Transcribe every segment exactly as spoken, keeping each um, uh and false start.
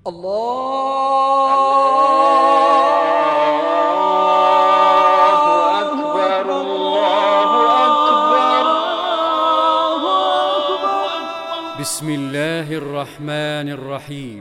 الله أكبر الله أكبر. بسم الله الرحمن الرحيم.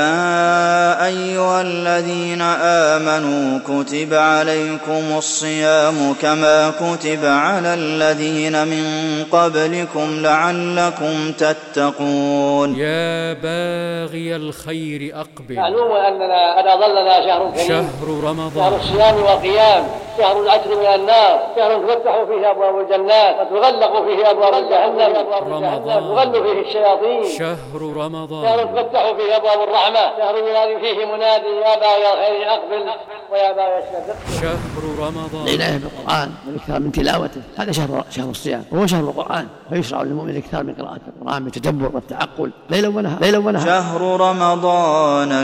يا أيها الذين آمنوا كتب عليكم الصيام كما كتب على الذين من قبلكم لعلكم تتقون. يا باغي الخير أقبل. معلوم أننا قد أظلنا شهر كريم، شهر رمضان، شهر الصيام والقيام، شهر العتق من النار، شهر تفتح فيه أبواب الجنات وتغلق فيه أبواب جهنم، رمضان تغل فيه الشياطين، شهر رمضان، شهر تفتح فيه أبواب الرحمة، شهر ينادي فيه منادي يا باغي الخير أقبل ويا باغي الشر. شهر رمضان، العناية بالقرآن والإكثار من تلاوته، هذا شهر شهر الصيام وهو شهر القرآن، فيشرع للمؤمن الإكثار من قراءة القرآن بالتدبر والتعقل ليلا ونهارا ليلا ونهارا. شهر رمضان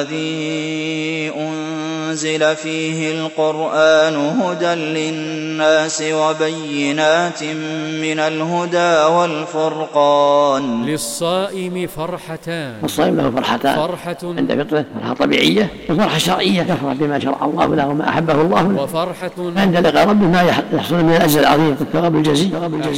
الذي أنزل فيه القرآن هدى للناس وبينات من الهدى والفرقان. للصائم فرحتان. الصائم له فرحتان، فرحة عند فطره فرحة طبيعية وفرحة شرعية يفرح بما شرع الله له وما أحبه الله له، وفرحة عند لقاء ربه ما يحصل من الأجر العظيم والثواب الجزيل.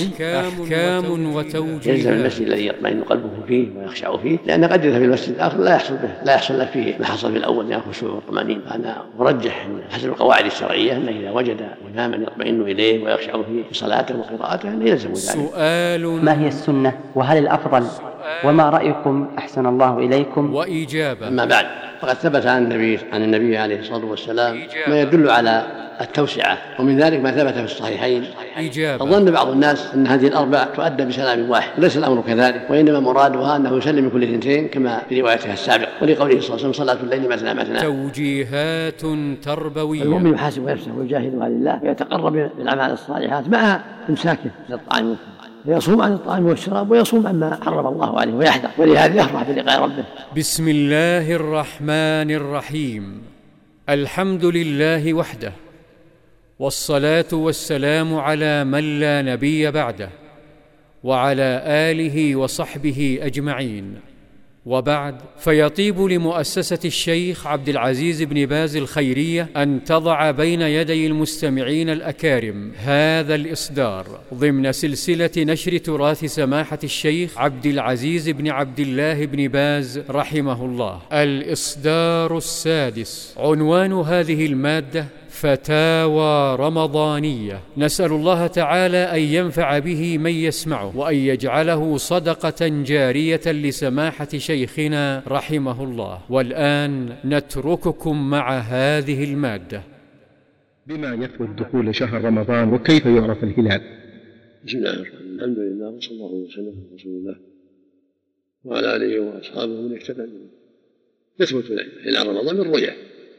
أحكام وتوجيهات. يلزم المسجد الذي يطمئن قلبه فيه ويخشع فيه، لأن قد يذهب في المسجد الآخر لا يحصل به لا يحصل له فيه ما حصل في الأول من الخشوع والطمأنينة. أنا أرجح حسب القواعد الشرعية أنه إذا وجد إماما يطمئن إليه ويخشع فيه في صلاته وقراءته أنه يلزم ذلك. سؤال: ما هي السنة وهل الأفضل وما رأيكم أحسن الله إليكم؟ وإجابة. أما بعد، فقد ثبت عن النبي عن النبي عليه الصلاة والسلام ما يدل على التوسعة، ومن ذلك ما ثبت في الصحيحين. إجابة. ظن بعض الناس أن هذه الأربع تؤدى بسلام واحد، وليس الأمر كذلك، وإنما مرادها أنه يسلم من كل اثنتين كما في روايتها السابقة، ولقوله صلى الله عليه وسلم صلاة الليل مثنى مثنى. توجيهات تربوية. المؤمن يحاسب نفسه ويجاهدها لله ويتقرب بالأعمال الصالحات مع إمساكه من الطعام، يصوم عن الطعام والشراب ويصوم عما حرم الله عليه ويحذر، ولهذا يفرح بلقاء ربه. بسم الله الرحمن الرحيم. الحمد لله وحده، والصلاة والسلام على من لا نبي بعده، وعلى آله وصحبه أجمعين، وبعد. فيطيب لمؤسسة الشيخ عبد العزيز بن باز الخيرية أن تضع بين يدي المستمعين الأكارم هذا الإصدار ضمن سلسلة نشر تراث سماحة الشيخ عبد العزيز بن عبد الله بن باز رحمه الله. الإصدار السادس. عنوان هذه المادة: فتاوى رمضانية. نسأل الله تعالى أن ينفع به من يسمعه، وأن يجعله صدقة جارية لسماحة شيخنا رحمه الله. والآن نترككم مع هذه المادة. بما يثبت دخول شهر رمضان وكيف يعرف الهلال؟ بسم الله الرحمن الرحيم. الحمد لله وصلى الله وسلم على رسول الله وعلى آله وأصحابه من اهتدى به. يثبت هلال رمضان بالرؤية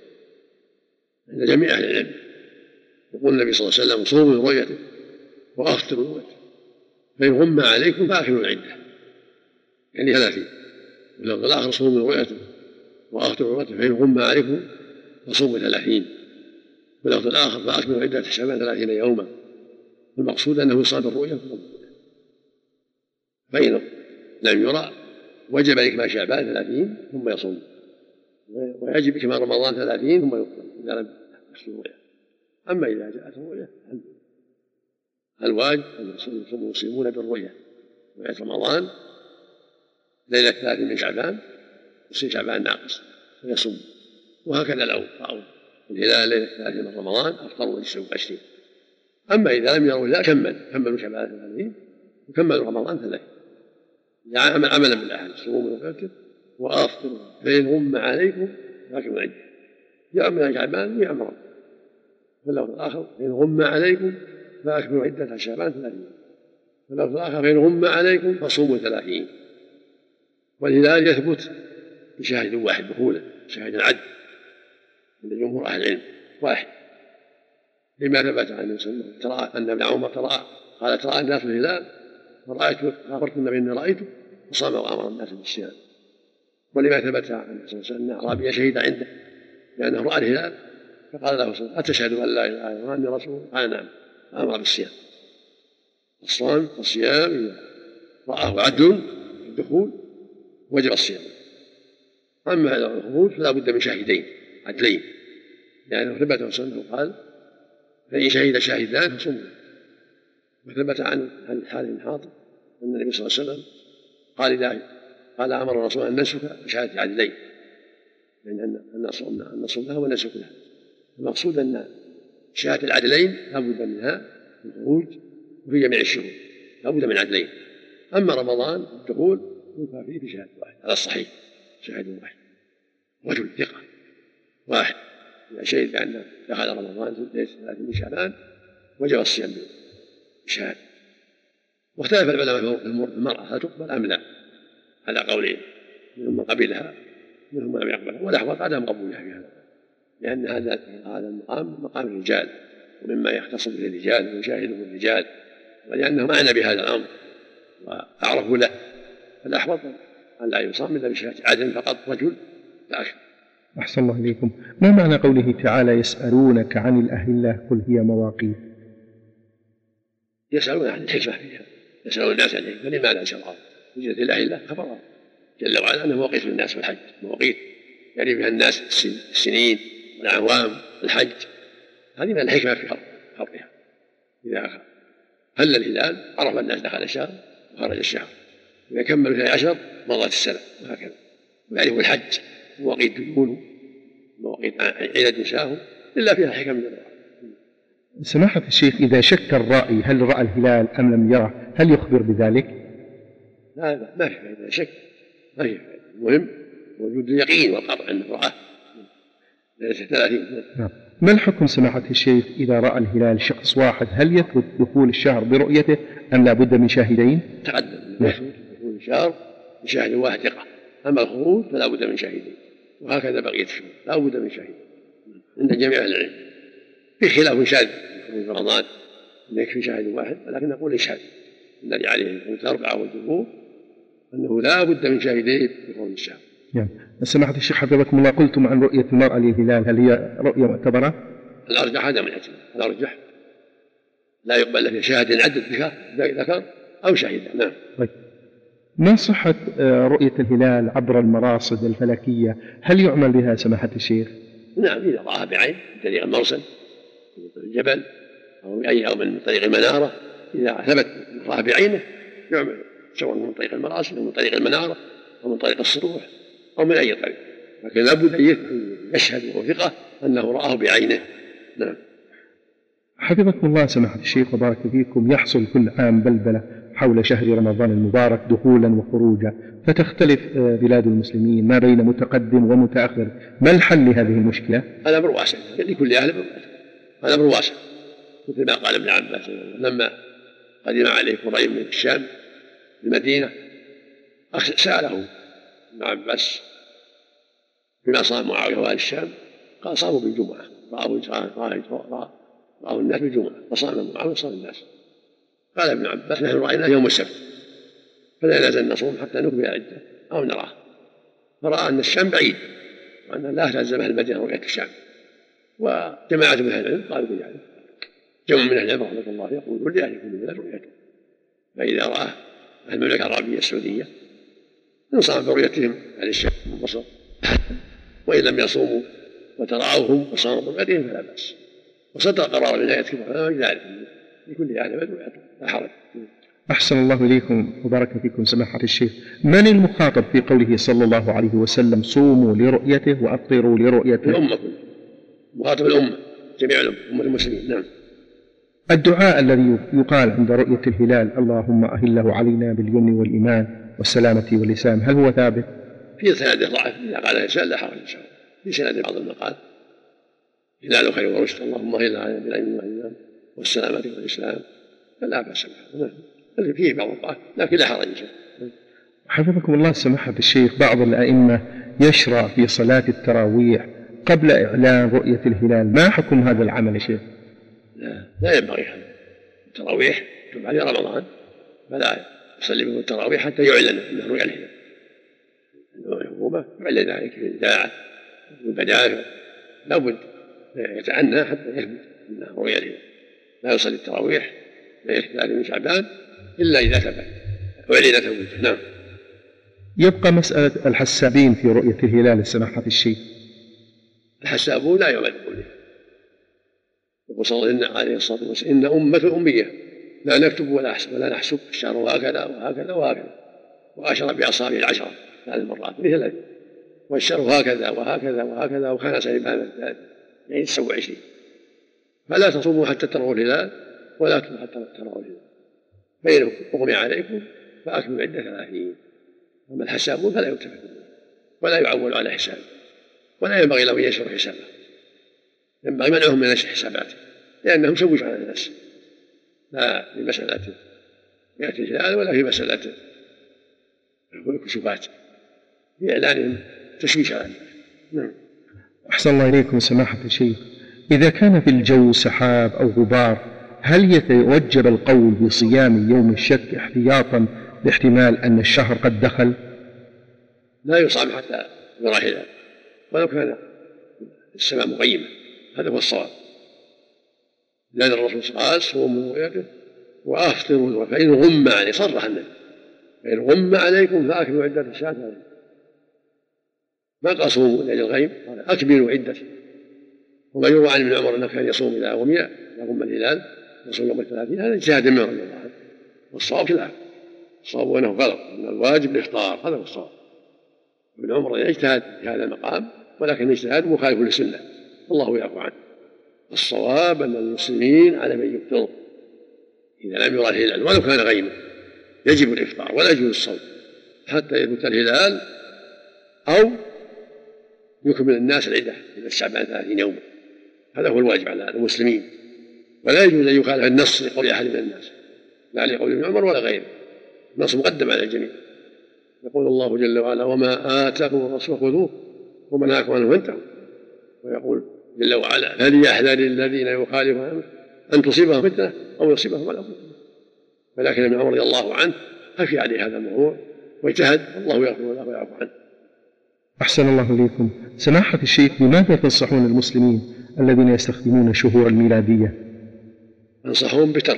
عند جميع أهل العلم. يقول النبي صلى الله عليه وسلم: صوموا لرؤيته وأفطروا لرؤيته، فإن غم عليكم فأكملوا العدة، يعني ثلاثين. واللفظ الآخر: صوموا لرؤيته وأفطروا لرؤيته، فإن غم عليكم فصوموا ثلاثين. واللفظ الآخر: فأكملوا عدة شعبان ثلاثين يوما. المقصود أنه يصاب الرؤية فإن لم يرى وجب إكمال شعبان ثلاثين ثم يصوم، ويجب إكمال رمضان ثلاثين ثم يفطر إذا لم يحصل الرؤيا. أما إذا جاءت الرؤيا الواجب أن يصومون بالرؤيا رؤية رمضان ليلة الثلاثين من شعبان، يصير شعبان ناقص ويصوم، وهكذا لو رأوا الهلال ليلة الثلاثين من رمضان أفطروا ويجزئوا عشرين. أما إذا لم يروا لا كمل كملوا شعبان ثلاثين وكملوا رمضان ثلاثين. يعني عملا بالأحد: صوموا وفكر وأفطروا فإن غم عليكم فأكملوا العدة. يعمل شعبان ويعمل رمضان. واللفظ الآخر: فإن غم عليكم فأكملوا عدة شعبان ثلاثين. واللفظ الآخر: فإن غم عليكم فصوموا ثلاثين. والهلال يثبت بشاهد واحد دخولا، شاهد العدل عند جمهور أهل العلم واحد، لما ثبت عن النبي ترى أن ابن عمر ترى قال: ترى الناس الهلال فرأيت خبرت النبي أني رأيته وصام وأمر الناس بالصيام. ولما ثبت عن أن أعرابيا شهد عنده لأنه رأى الهلال فقال له: أتشهد أن لا إله إلا الله وأني رسول؟ قال: نعم. أمر بالصيام. الصوم والصيام إذا رآه عدل في الدخول وجب الصيام، أما الخروج فلا بد من شاهدين عدلين، لأنه ثبت عن سنه قال فإن شهد شاهدان فصموا. وثبت عن الحارث بن حاطب أن النبي صلى الله عليه وسلم قال إذا قال أمر الرسول أن ننسك بشهادة عدلين، لأن النصر لها والنسك لها. المقصود أن شهادة العدلين لا بد منها في الخروج وفي جميع الشهور، لا بد من عدلين. أما رمضان الدخول ينفع فيه بشهادة واحد، هذا الصحيح، شهادة واحد، رجل ثقة واحد إذا شهد بأن دخل رمضان في ليلة ثلاثين من شعبان وجب الصيام بشهادة. واختلف العلماء في المرأة هل تقبل أم لا على قولين، منهم من قبلها منهم من لم يقبلها، والأحوط عدم قبولها في هذا، لأن هذا هذا المقام مقام الرجال ومما يختص به الرجال ويشاهده الرجال، ولأنهم أعنى بهذا الأمر وأعرفوا له، فالأحوط أن لا يصام إلا بشهادة عدل فقط رجل لا أكثر. أحسن الله إليكم. ما معنى قوله تعالى يسألونك عن الأهلة قل هي مواقيت؟ يسألون عن الحكمة فيها، يسألون الناس عن الحكمة لماذا شرعها؟ وجدت الأهلة خبرها جل وعلا أنها مواقيت للناس في الحج، مواقيت يعني بها الناس السنين والأعوام الحج، هذه من الحكمة في خبرها. إذا هل الهلال عرف الناس دخل الشهر وخرج الشهر، إذا كملوا اثني عشر مضت السنة وهكذا. ويعرفوا الحج مواقيت ديونه مواقيت عيد نساهم إلا فيها حكم من الله. سماحة الشيخ إذا شك الرائي هل رأى الهلال أم لم يره هل يخبر بذلك؟ لا ما في فائدة شك، ما في فائدة، المهم وجود اليقين والقطع أنه رآه ليلة ثلاثين. نعم. ما الحكم سماحة الشيخ إذا رأى الهلال شخص واحد، هل يثبت دخول الشهر برؤيته أم لا بد من شاهدين؟ تقدم يثبت دخول الشهر بشاهد واحد ثقة، أما الخروج فلا بد من شاهدين، وهكذا بقية الشهور لا بد من شاهدين عند جميع العلم. في خلاف شاذ في رمضان يكفي شاهد واحد، ولكن نقول يشهد الذي عليه الأربعة والجمهور أنه لا بد من شاهدين في خروج الشهر. يعني سماحة الشيخ حفظكم الله قلتم عن رؤية المرأة للهلال هل هي رؤية معتبرة؟ الأرجح عدم الاعتبار، الأرجح لا يقبل له شاهد عدد ذكر أو شهيد. نعم. طيب. ما صحة رؤية الهلال عبر المراصد الفلكية هل يعمل بها سماحة الشيخ؟ نعم إذا رآها بعين من طريق المرسل من طريق الجبل أو أي أو من طريق المنارة، إذا ثبت رآها بعينه يعمل سواء من طريق المراسل أو من طريق المنارة أو من طريق السطوح أو من أي طريق، لكن لابد أن يشهد وثقة أنه رآه بعينه. نعم. حفظكم الله سماحة الشيخ وبارك فيكم، يحصل كل عام بلبلة حول شهر رمضان المبارك دخولا وخروجا، فتختلف بلاد المسلمين ما بين متقدم ومتأخر، ما الحل لهذه المشكلة؟ هذا أمر واسع لكل أهل برواته، هذا أمر واسع مثل ما قال ابن عباس لما قدم عليه قريب من الشام المدينة سأله ابن عباس بما صام معاوية وأهل الشام، قال صاموا بالجمعة، رأوا الناس بالجمعة فصام معاوية وصام الناس. قال ابن عباس نحن رأيناه يوم السبت فلا نزل نصوم حتى نكمل العدة أو نراه، فرأى أن الشام بعيد وأن لا تلزم أهل المدينة رؤية الشام. وجماعة من أهل العلم قالوا بذلك، جمع من أهل العلم رحمه الله يقولون لأهل كل بلد رؤيته، فإذا رأى أهل المملكة العربية السعودية انصام برؤيتهم أهل الشام والمصر، وإن لم يصوموا وتراوهم وصاموا برؤيتهم فلا بأس. وصدر قرار الولاية كبرى بذلك لكل أهل بلد رؤيته لا حرج. أحسن الله إليكم وبارك فيكم سماحة الشيخ. من المخاطب في قوله صلى الله عليه وسلم صوموا لرؤيته وأفطروا لرؤيته؟ الأمة كلها، مخاطب الأمة جميع الأمة أمة المسلمين. نعم. الدعاء الذي يقال عند رؤية الهلال اللهم أهله علينا باليمن والإيمان والسلامة واللسان هل هو ثابت؟ في سند ضعف، إذا قال الإنسان لا حرج إن شاء الله. في سند بعض المقال هلال خير ورشد اللهم أهلنا علينا بالعلم والإيمان والسلامة والإسلام فلا بأس به. نعم. فيه بعض الضعف لكن لا حرج إن شاء الله. حفظكم الله سماحة الشيخ، بعض الأئمة يشرع في صلاة التراويح قبل إعلان رؤية الهلال، ما حكم هذا العمل يا شيخ؟ لا, لا ينبغي هذا. التراويح تبع رمضان فلا يصلي به التراويح حتى يعلن أنه رؤيا الهلال، يعلن ذلك في الإذاعة والبدائل، لابد يتعنى حتى يثبت أنه رؤيا الهلال. لا يصلي التراويح ليلة ثلاثين من شعبان إلا إذا ثبت وعلن ثبوته. نعم. يبقى مسألة الحسابين في رؤية الهلال سماحة الشيخ. الحسابون لا يعبدون به. يقول صلى الله عليه وسلم إن أمة أمية لا نكتب ولا نحسب ولا نحسب الشهر هكذا وهكذا وهكذا، وأشر بأصابعه العشرة ثلاث مرات مثل والشهر هكذا وهكذا وهكذا وكان سيبان يعني تسعة وعشرين. فلا تصوموا حتى تروا الهلال ولا تكتبوا حتى تروا الهلال، فإن أغمي عليكم فأكملوا عدة ثلاثين. أما الحسابون فلا يكتب ولا يعول على حسابه، ولا ينبغي له أن ينشر حسابه، ينبغي منعهم من نشر حساباته لأنهم شوشوا على الناس، لا في مسألة يأتي الهلال ولا في مسألة الكشوفات، في إعلانهم تشويش على الناس. نعم. أحسن الله إليكم سماحة الشيخ، إذا كان في الجو سحاب أو غبار هل يتوجب القول بصيام يوم الشك احتياطا لاحتمال أن الشهر قد دخل؟ لا يصام حتى يرى الهلال ولو كان السماء مغيمة، هذا هو الصواب، لأن الرسول صلى الله عليه وسلم صوموا رؤيته وأفطروا فإن غم عليكم، صرح النبي فإن غم عليكم فأكملوا عدة الشهر، ما قال صوموا لأجل الغيم، قال أكملوا عدة. وما يروى عن ابن عمر أنه كان يصوم إذا غمي إذا غم الهلال يصوم يوم الثلاثين، هذا اجتهاد من رضي الله عنه، والصواب خلافه، الصواب أنه غلط، أن الواجب الإفطار، هذا هو الصواب. ابن عمر يجتهد في هذا المقام ولكن الاجتهاد مخالف للسنة، الله يعفو عنه. الصواب أن المسلمين على من يفطر إذا لم يرى الهلال ولو كان غيما، يجب الإفطار ولا يجوز الصوم حتى يثبت الهلال أو يكمل الناس العدة إلى الشعبان ثلاثين يوما، هذا هو الواجب على المسلمين، ولا يجوز أن يخالف النص لقول أحد من الناس، لا لقول ابن عمر ولا غيره، النص مقدم على الجميع. يقول الله جل وعلا وما آتاكم الرسول خذوه وما نهاكم عنه فانتهوا، ويقول جل وعلا فليحذر الذين يخالفون أن تصيبهم فتنة أو يصيبهم عذاب أليم. ولكن ابن عمر رضي الله عنه خفي عليه هذا الموضوع واجتهد، الله يغفر له ويعفو عنه. أحسن الله إليكم سماحة الشيخ، لماذا تنصحون المسلمين الذين يستخدمون الشهور الميلادية؟ ننصحهم بترك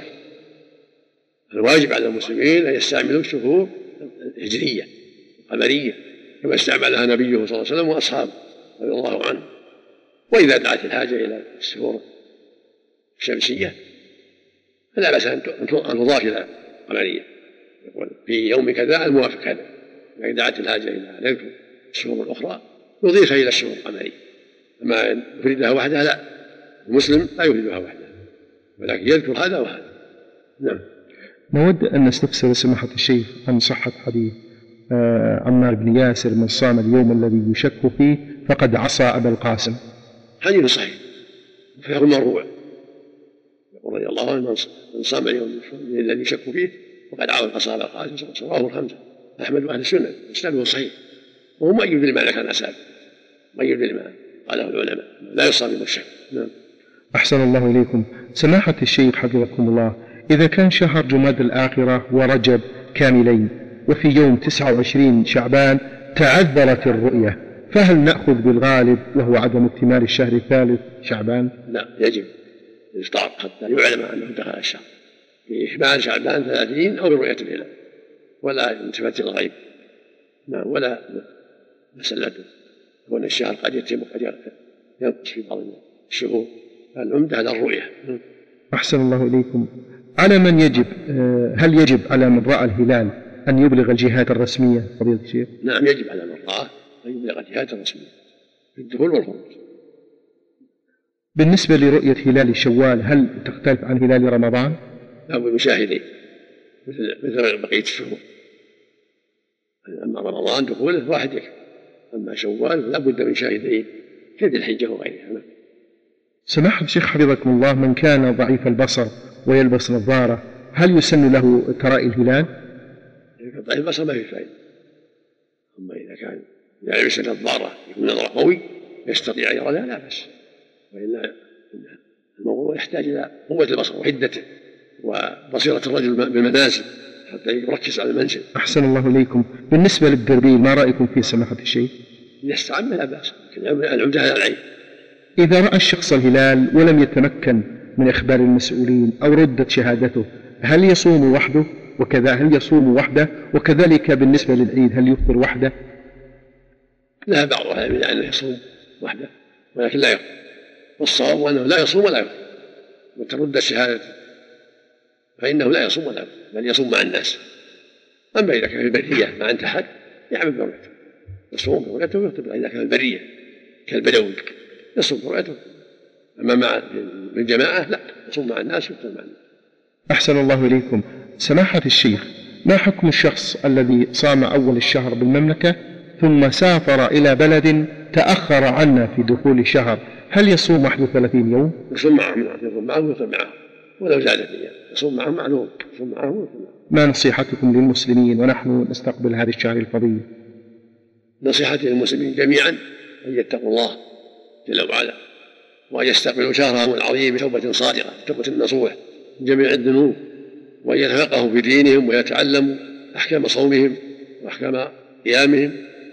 الواجب على المسلمين أن يستعملوا الشهور الهجرية القمرية كما استعملها نبيه صلى الله عليه وسلم وأصحابه رضي الله عنه. وإذا دعت الحاجة إلى الشهور الشمسية فلا بأس أن تضاف إلى القمرية، يقول في يوم كذا الموافق كذا، إذا دعت الحاجة إلى نذكر الشهور الأخرى يضيف إلى الشهور القمرية، أما أن يفردها وحدها لا، المسلم لا يفردها وحدها ولكن يذكر هذا وهذا. نعم. نود أن نستفسر سماحة الشيخ عن صحة حديث عمار بن ياسر من صام اليوم الذي يشك فيه فقد عصى أبا القاسم. حديث صحيح فيقول مرفوع، يقول رضي الله عنه من صام اليوم الذي يشك فيه وقد عصى أبا القاسم، رواه الخمسة أحمد وأهل السنة، إسناده صحيح وهو مؤيد لما ذكر الأسباب، مؤيد لما قاله العلماء لا يصام يوم الشك. نعم. أحسن الله إليكم سماحة الشيخ حفظكم الله، إذا كان شهر جماد الآخرة ورجب كاملين وفي يوم تسعة وعشرين شعبان تعذرت الرؤية فهل نأخذ بالغالب وهو عدم اكتمال الشهر الثالث شعبان؟ لا، يجب الإفطار حتى يعلم أنه دخل الشهر بإكمال شعبان ثلاثين أو برؤية الهلال، ولا التفات الغيب. نعم. ولا مسألة كون الشهر قد يتم وقد ينقص في بعض الشهور، العمدة على الرؤية. أحسن الله إليكم، على من يجب هل يجب على من رأى الهلال أن يبلغ الجهات الرسمية فضيلة الشيخ؟ نعم، يجب على من رآه أن يبلغ الجهات الرسمية في الدخول والخروج. بالنسبة لرؤية هلال شوال هل تختلف عن هلال رمضان؟ لا بد من شاهدين مثل مثل بقية الشهور، أما رمضان دخوله واحد يكفي، أما شوال لا بد من شاهدين كذي الحجة وغيرها. سماحة الشيخ حفظكم الله، من كان ضعيف البصر ويلبس نظارة هل يسن له ترائي الهلال؟ ضعيف البصر ما في فائدة، أما إذا كان يلبس نظارة يكون نظرة قوي يستطيع أن يرى لا لا بأس، وإلا الموضوع يحتاج إلى قوة البصر وحدته وبصيرة الرجل بالمنازل حتى يركز على المنزل. أحسن الله إليكم، بالنسبة للدربيل ما رأيكم فيه سماحة الشيخ؟ يستعمل لا بأس، العمدة على العين. إذا رأى الشخص الهلال ولم يتمكن من إخبار المسؤولين أو ردت شهادته هل يصوم وحده وكذا هل يصوم وحده؟ وكذلك بالنسبة للعيد هل يفطر وحده؟ لا، بعض أهل العلم أنه يصوم وحده ولكن لا يفطر، والصواب أنه لا يصوم ولا يفطر، وترد الشهادة فإنه لا يصوم ولا يفطر بل يصوم مع الناس. أما إذا كان في البرية ما أنت أحد يعمل برؤيته، يصوم برؤيته ويفطر. إذا كان في البرية كالبدوي يصوم برؤيته. أما مع الجماعة لا، يصوم مع الناس ويفطر مع الناس. أحسن الله إليكم. سماحة الشيخ، ما حكم الشخص الذي صام أول الشهر بالمملكة ثم سافر إلى بلد تأخر عنا في دخول الشهر، هل يصوم واحد وثلاثين يوم؟ يصوم معهم، يصوم معهم ويفطر معهم ولو زادت أيام، يصوم معهم معلوم، يصوم معهم ويفطر معهم. ما نصيحتكم للمسلمين ونحن نستقبل هذا الشهر الفضيل؟ نصيحتي للمسلمين جميعا أن يتقوا الله جل وعلا، وأن يستقبلوا شهرهم العظيم بتوبة صادقة، توبة نصوح من جميع الذنوب، وأن يتفقهوا في دينهم ويتعلموا أحكام صومهم وأحكام قيامهم.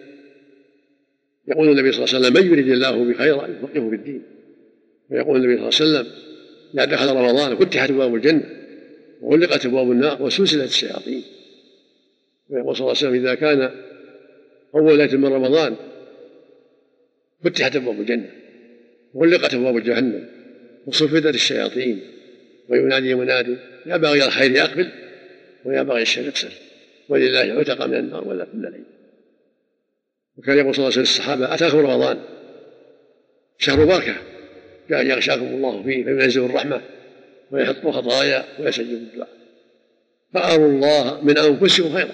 يقول النبي صلى الله عليه وسلم: من يريد الله بخيرا يفقهه في الدين. ويقول النبي صلى الله عليه وسلم: إذا دخل رمضان فتحت أبواب الجنة وغلقت أبواب النار وسلسلت الشياطين. ويقول صلى الله عليه وسلم: إذا كان أول ليلة من رمضان فتحت أبواب الجنة وغلقت أبواب جهنم وصفدت الشياطين، وينادي منادي: يا باغي الخير أقبل ويا باغي الشر اقصر، ولله عتق من النار ولا كل ليل. وكان يقول صلى الله عليه وسلم للصحابة: أتاكم رمضان شهر بركة كأن يغشاكم الله فيه فينزل الرحمة ويحط خطايا ويسجد الدعاء، فأروا الله من أنفسكم خيرا،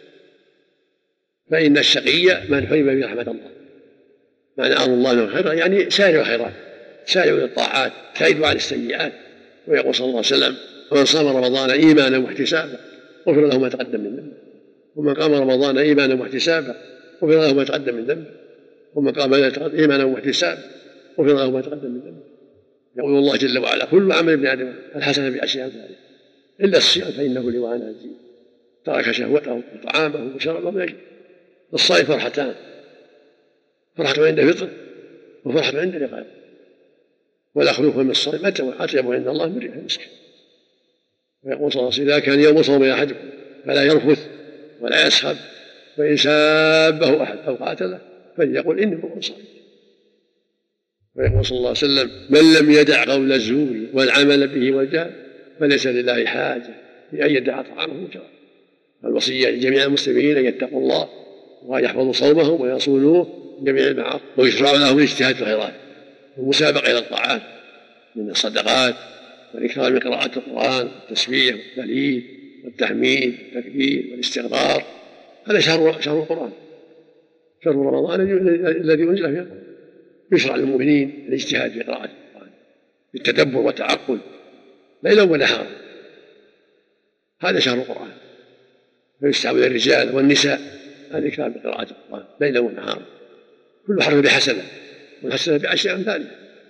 فإن الشقي من حرم من رحمة الله. معنى أروا الله من خيرا يعني سارعوا الخيرات، سارعوا للطاعات، كيدوا عن السيئات. ويقول صلى الله عليه وسلم: ومن صام رمضان إيمانا واحتسابا غفر له ما تقدم من ذنبه، ومن قام رمضان إيمانا واحتسابا غفر له ما تقدم من ذنبه، ومن قام إيمانا واحتسابا غفر له ما تقدم من ذنبه. يقول الله جل وعلا: كل عمل ابن آدم الحسنة بعشر أمثالها إلا الصيام فإنه لي وأنا أجزيه. ترك شهوته وطعامه وشربه من أجله. الصائم فرحتان: فرحة عند فطره وفرحة عند لقائه. ولا خلوف من الصائم أطيب عند الله من ريح المسك. ويقول صلى الله عليه وسلم: إذا كان يوم صوم أحدكم فلا يرفث ولا يسخب، فإن سابه أحد أو قاتله فليقل إني امرؤ صائم. ويقول صلى الله عليه وسلم: من لم يدع قول الزور والعمل به والجهل فليس لله حاجة بأن يدع طعامه وشرابه. الوصية لجميع المسلمين أن يتقوا الله وأن يحفظوا صومهم ويصونوه من جميع المعاصي، ويشرع لهم الاجتهاد في الخيرات والمسابقة إلى الطاعات من الصدقات والإكثار من قراءة القرآن والتسبيح والتهليل والتحميد والتكبير والاستغفار. هذا شهر شهر القرآن، شهر رمضان الذي أنزل فيه القرآن. يشرع للمؤمنين الاجتهاد في قراءة القرآن بالتدبر والتعقل ليلا ونهارا. هذا شهر القرآن، فيستحب للرجال والنساء الاكثار من قراءة القرآن ليلا ونهارا، كل حرف بحسنة والحسنة بعشر أمثالها،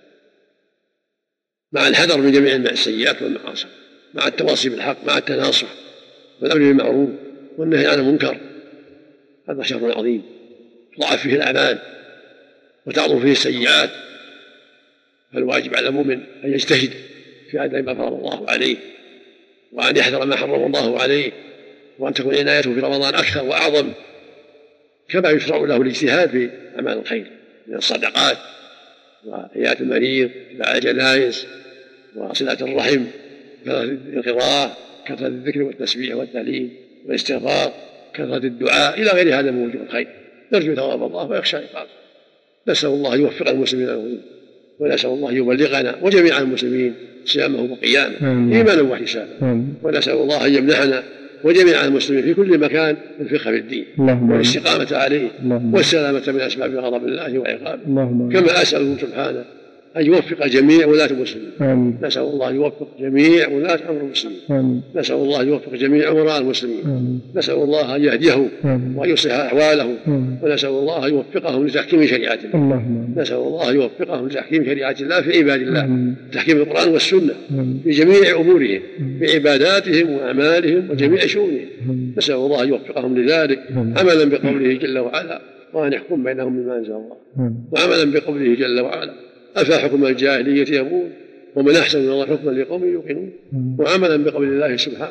مع الحذر من جميع السيئات والمعاصي، مع التواصي بالحق، مع التناصح والأمر بالمعروف والنهي عن المنكر. هذا شهر عظيم تضاعف فيه الأعمال وتعظم فيه السيئات، فالواجب على المؤمن أن يجتهد في أداء ما فرض الله عليه، وأن يحذر ما حرم الله عليه، وأن تكون عنايته في رمضان أكثر وأعظم، كما يشرع له الاجتهاد في أعمال الخير من الصدقات وعيادة المريض واتباع الجنائز وصلة الرحم، كثرة القراءة، كثرة الذكر والتسبيح والتهليل والاستغفار، كثرة الدعاء، إلى غير هذا من وجوه الخير. نرجو ثواب الله ويخشى عقابه. نسأل الله يوفق المسلمين المؤمنين، ونسأل الله يبلغنا وجميع المسلمين صيامه وقيامه إيمانا واحتسابا، ونسأل الله أن يمنحنا وجميع المسلمين في كل مكان الفقه في الدين والاستقامة عليه والسلامة من أسباب غضب الله وعقابه، كما أسأله سبحانه أن يوفق جميع ولاة المسلمين. نسأل الله يوفق جميع ولاة أمر المسلمين، نسأل الله يوفق جميع أمراء المسلمين، نسأل الله أن يهديه وأن يصلح أحوالهم، ونسأل الله يوفقهم لتحكيم شريعة الله، نسأل الله يوفقهم لتحكيم شريعة الله في عباد الله، تحكيم القرآن والسنة في جميع أمورهم، في عباداتهم وأعمالهم وجميع شؤونهم. نسأل الله يوفقهم لذلك عملا بقوله جل وعلا: وأن يحكم بينهم بما أنزل الله، وعملا بقوله جل وعلا: أفحكم الجاهلية يبغون ومن أحسن من الله حكما لقوم يوقنون، وعملا بقول الله سبحانه: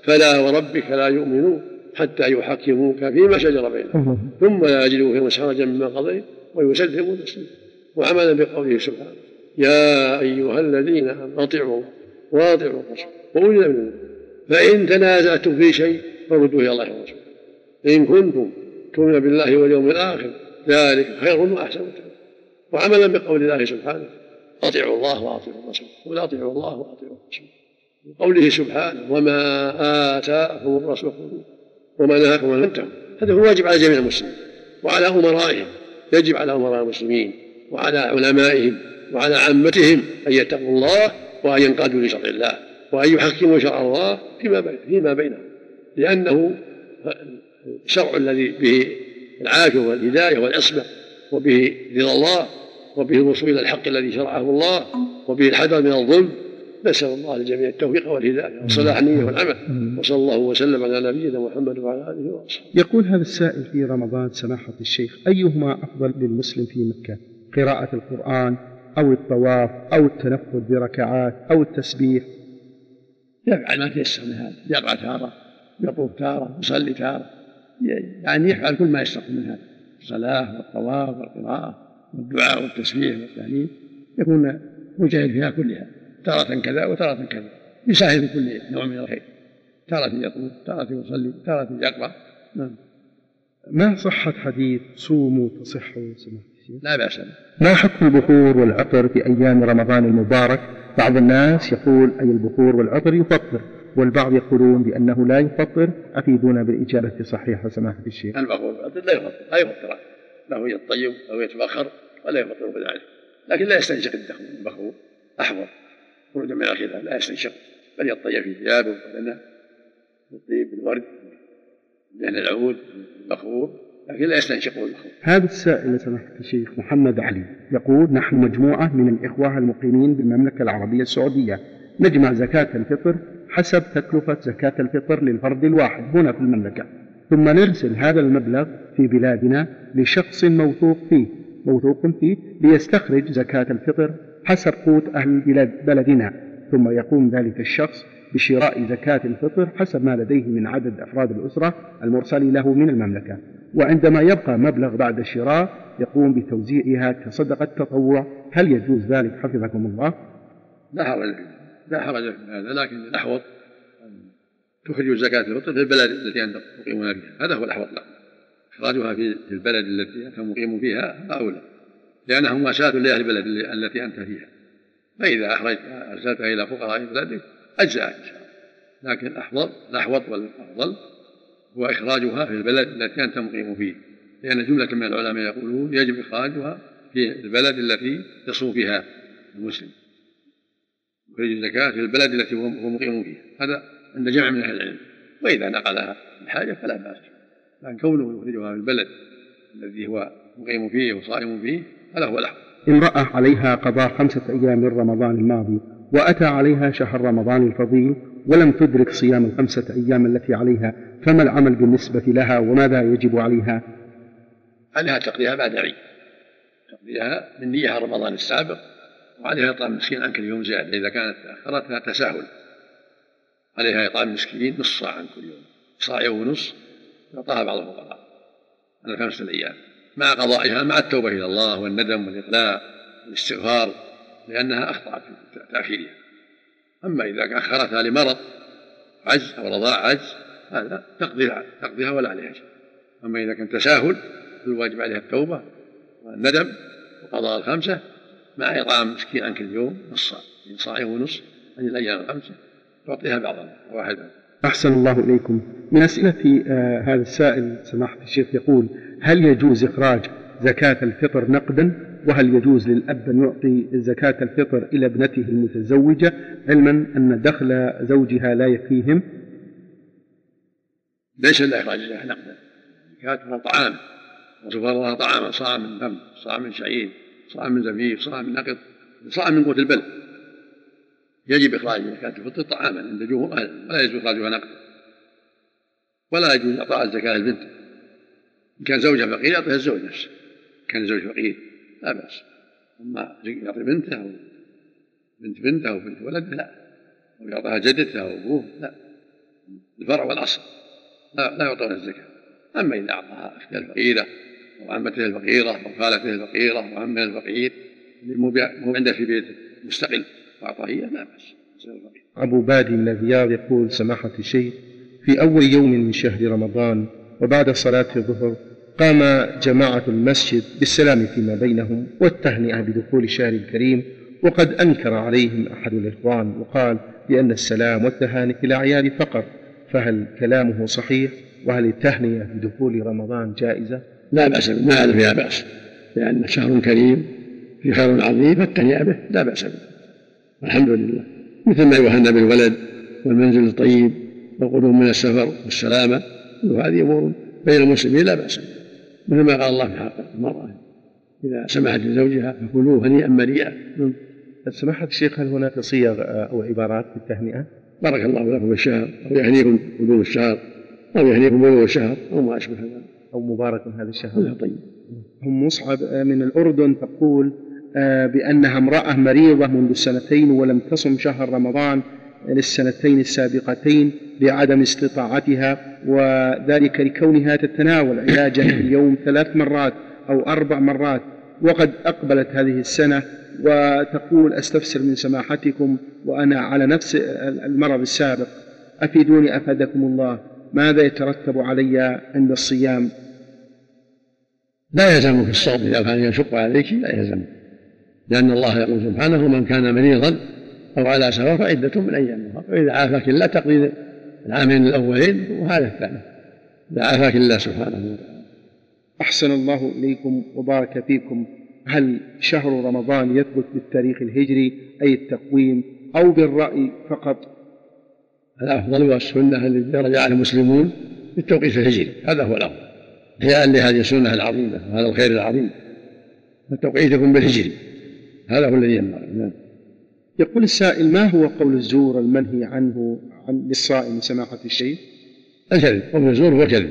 فلا وربك لا يؤمنون حتى يحكموك فيما شجر بينهم ثم لا يجدوا فيهم حرجا مما قضيت ويسلموا تسليما. وعملا بقوله سبحانه يا أيها الذين آمنوا أطيعوا الله وأطيعوا الرسول وأولي الأمر منكم فإن تنازعتم في شيء فردوه إلى الله والرسول إن كنتم تؤمنون بالله واليوم الآخر ذلك خير وأحسن تأويلا. وعملا بقول الله سبحانه أطيعوا الله وأطيعوا الرسول ولا أطيعوا الله وأطيعوا الرسول. وقوله سبحانه وما آتاكم الرسول وما نهاكم عنه فانتهوا. هذا هو واجب على جميع المسلمين وعلى أمرائهم، يجب على أمراء المسلمين وعلى علمائهم وعلى عامتهم أن يتقوا الله وأن ينقادوا لشرع الله وأن يحكموا شرع الله فيما بينهم فيما بينهم لأنه الشرع الذي به العافية والهداية والعصمة وبه رضا الله وبه الوصول إلى الحق الذي شرعه الله وبه الحذر من الظلم. نسأل الله للجميع التوفيق والهداية وصلاح النية والعمل. وصلى الله وسلم على نبينا محمد وعلى آله وصحبه. يقول هذا السائل في رمضان سماحة الشيخ أيهما أفضل للمسلم في مكة، قراءة القرآن أو الطواف أو التنفل بركعات أو التسبيح؟ يفعل ما تيسر من هذا، يقرأ تارة يطوف تارة يصلي تارة، يعني يفعل كل ما يسر من هذا، الصلاة والطواف والقراءة والدعاء والتسبيح والتهليل يكون مجاهد فيها كلها، تارة كذا وتارة كذا، يساهم في كل نوع من الخير، تارة يطوف تارة يصلي تارة يقرأ. نعم. ما صحة حديث صوموا تصحوا سماحة الشيخ؟ لا بأس. ما حكم البخور والعطر في أيام رمضان المبارك؟ بعض الناس يقول أي البخور والعطر يفطر والبعض يقولون بأنه لا يفطر، أفيدونا بالإجابة الصحيحة سماحة الشيخ. البخور والعطر لا يفطر، لا يفطر له يطيب أو يتبخر ولا يفطر بذلك، لكن لا يستنشق الدخن. البخور أحوط خروجا من الخلاف، لا يستنشق بل يطيب في ثيابه وبدنه يطيب بالورد لأن العود البخور، لكن لا يستنشق البخور. هذا السائل سماحة الشيخ محمد علي يقول نحن مجموعة من الإخوة المقيمين بالمملكة العربية السعودية نجمع زكاة الفطر حسب تكلفة زكاة الفطر للفرد الواحد هنا في المملكة، ثم نرسل هذا المبلغ في بلادنا لشخص موثوق فيه موثوق فيه ليستخرج زكاة الفطر حسب قوت أهل بلاد بلدنا، ثم يقوم ذلك الشخص بشراء زكاة الفطر حسب ما لديه من عدد أفراد الأسرة المرسل له من المملكة، وعندما يبقى مبلغ بعد الشراء يقوم بتوزيعها كصدقة تطوع. هل يجوز ذلك حفظكم الله؟ لا حرج لا حرج في هذا، لكن الأحوط أن تخرج زكاة الفطر في البلد التي أنتم مقيمون فيها، هذا هو الأحوط لكم. إخراجها في البلد التي أنتم مقيمون فيها أولى، لأنها مواساة لأهل البلد التي أنت فيها، فإذا أخرجت أرسلتها إلى فقراء بلدك أجزاء إن شاء الله، لكن الأحوط الأحوط والأفضل هو إخراجها في البلد التي أنت مقيم فيه، لأن جملة من العلماء يقولون يجب إخراجها في البلد التي يصوم فيها المسلم، يخرج الزكاة في البلد التي هو مقيم فيها، هذا عند جمع من أهل العلم، وإذا نقلها الحاجة فلا بأس، لكن كونه يخرجها في البلد الذي هو مقيم فيه وصائم فيه هذا هو الأحوط. امرأة عليها قضاء خمسة أيام من رمضان الماضي وأتى عليها شهر رمضان الفضيل ولم تدرك صيام الخمسة أيام التي عليها، فما العمل بالنسبة لها وماذا يجب عليها؟ عليها تقضيها بعد عيد، تقضيها من نية رمضان السابق، وعليها إطعام مسكين عن كل يوم زيادة إذا كانت تأخرتها تساهل، عليها إطعام مسكين نصف صاع عن كل يوم، صاع ونصف يعطاها بعض الفقراء على خمسة الأيام مع قضائها مع التوبة إلى الله والندم والإقلاع والاستغفار، لأنها أخطأت في تأخيرها. أما إذا أخرتها لمرض عجز أو رضاع عجز هذا تقضيها تقضيها ولا عليها شيء. أما إذا كان تساهل فالواجب عليها التوبة والندم وقضاء الخمسة مع إطعام مسكين عن كل يوم نص صاع ونصف عن الأيام الخمسة، تعطيها بعضا واحدا. أحسن الله إليكم. من أسئلة آه هذا السائل سماحة الشيخ يقول هل يجوز إخراج زكاة الفطر نقدا؟ وهل يجوز للأب أن يعطي زكاة الفطر إلى ابنته المتزوجة علما أن دخل زوجها لا يكفيهم؟ ليس إلا إخراج زكاة نقدا، زكاتها طعام وصفر الله طعاما صاع من تمر صاع من شعير صاع من زبيب صاع من نقد صاع من قوت البلد، يجب إخراج زكاة الفطر طعاما عند جمهور أهل، ولا يجوز إخراجها نقدا، ولا يجوز إعطاء الزكاة للبنت. إن كان زوجها فقير يعطيها الزوج نفسه، كان زوج فقير لا بأس، أما يعطي بنته أو بنت بنته أو بنت ولده لا، أو يعطيها جدته أو أبوه لا، الفرع والأصل لا يعطون الزكاة. أما إذا أعطاها أختها الفقيرة أو عمته الفقيرة أو خالته الفقيرة أو عمه الفقير مو عنده في بيته مستقل وأعطاه إياه لا بأس. أبو بادي من الرياض يقول: سماحة الشيخ، في أول يوم من شهر رمضان وبعد صلاة الظهر قام جماعة المسجد بالسلام فيما بينهم والتهنئة بدخول الشهر الكريم، وقد أنكر عليهم أحد الإخوان وقال بأن السلام والتهاني في الأعياد فقط، فهل كلامه صحيح؟ وهل التهنئة بدخول رمضان جائزة؟ لا بأس، ما هذا فيها بأس، لأن شهر كريم في خير عظيم فالتهنئة به لا بأس به، الحمد لله. مثل ما يهنى بالولد والمنزل الطيب والقدوم من السفر والسلامة، وهذه أمور بين المسلمين لا بأس بها، مثل ما قال الله في حق المرأة إذا سمحت لزوجها فكلوه هنيئا مريئا. سماحة الشيخ، هل هناك صيغ أو عبارات في التهنئة؟ بارك الله لكم بالشهر، أو يهنيكم قدوم الشهر، أو يهنيكم بلوغ الشهر، أو ما أشبه هذا، أو مبارك هذا الشهر. طيب. أم مصعب من الأردن تقول بأنها امرأة مريضة منذ سنتين ولم تصم شهر رمضان للسنتين السابقتين لعدم استطاعتها، وذلك لكونها تتناول علاجا في اليوم ثلاث مرات أو أربع مرات، وقد أقبلت هذه السنة وتقول: أستفسر من سماحتكم وأنا على نفس المرض السابق، أفيدوني أفادكم الله، ماذا يترتب علي عند الصيام؟ لا يلزمك الصوم إذا كان يشق عليك، لا يلزمك، لأن الله يقول سبحانه: من كان مريضا أو على سفر فعدة من أيام أخرى، وإذا عافاك الله تقضي العامين الأولين وهذا الثاني، إذا عافاك الله سبحانه وتعالى. أحسن الله إليكم وبارك فيكم. هل شهر رمضان يثبت بالتاريخ الهجري أي التقويم أو بالرأي فقط؟ الأفضل والسنة التي رجع المسلمون بالتوقيت الهجري، هذا هو الأفضل حياء لهذه السنة العظيمة وهذا الخير العظيم، فالتوقيت يكون بالهجري، هذا هو الذي ينبغي. يقول السائل: ما هو قول الزور المنهي عنه عن للصائم سماحة الشيخ؟ الكذب، قول الزور هو كذب،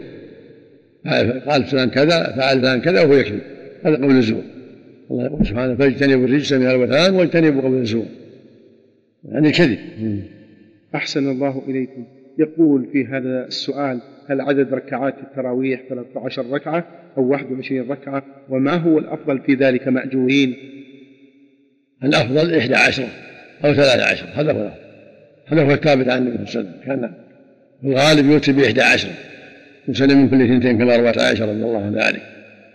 قال فلان كذا فعل فلان كذا وهو يكذب، هذا قول الزور. الله يقول سبحانه: فاجتنبوا الرجس من الأوثان واجتنبوا قول الزور، يعني الكذب. أحسن الله إليكم. يقول في هذا السؤال: هل عدد ركعات التراويح ثلاثة عشر ركعة أو واحد وعشرين ركعة؟ وما هو الأفضل في ذلك مأجورين؟ الأفضل إحدى عشرة أو ثلاثة عشر، هذا هو الأفضل، هذا هو الثابت عن النبي صلى الله عليه وسلم، كان الغالب يؤتي بإحدى عشرة يسلم من كل اثنتين كما رواه عائشة رضي الله عنها ذلك،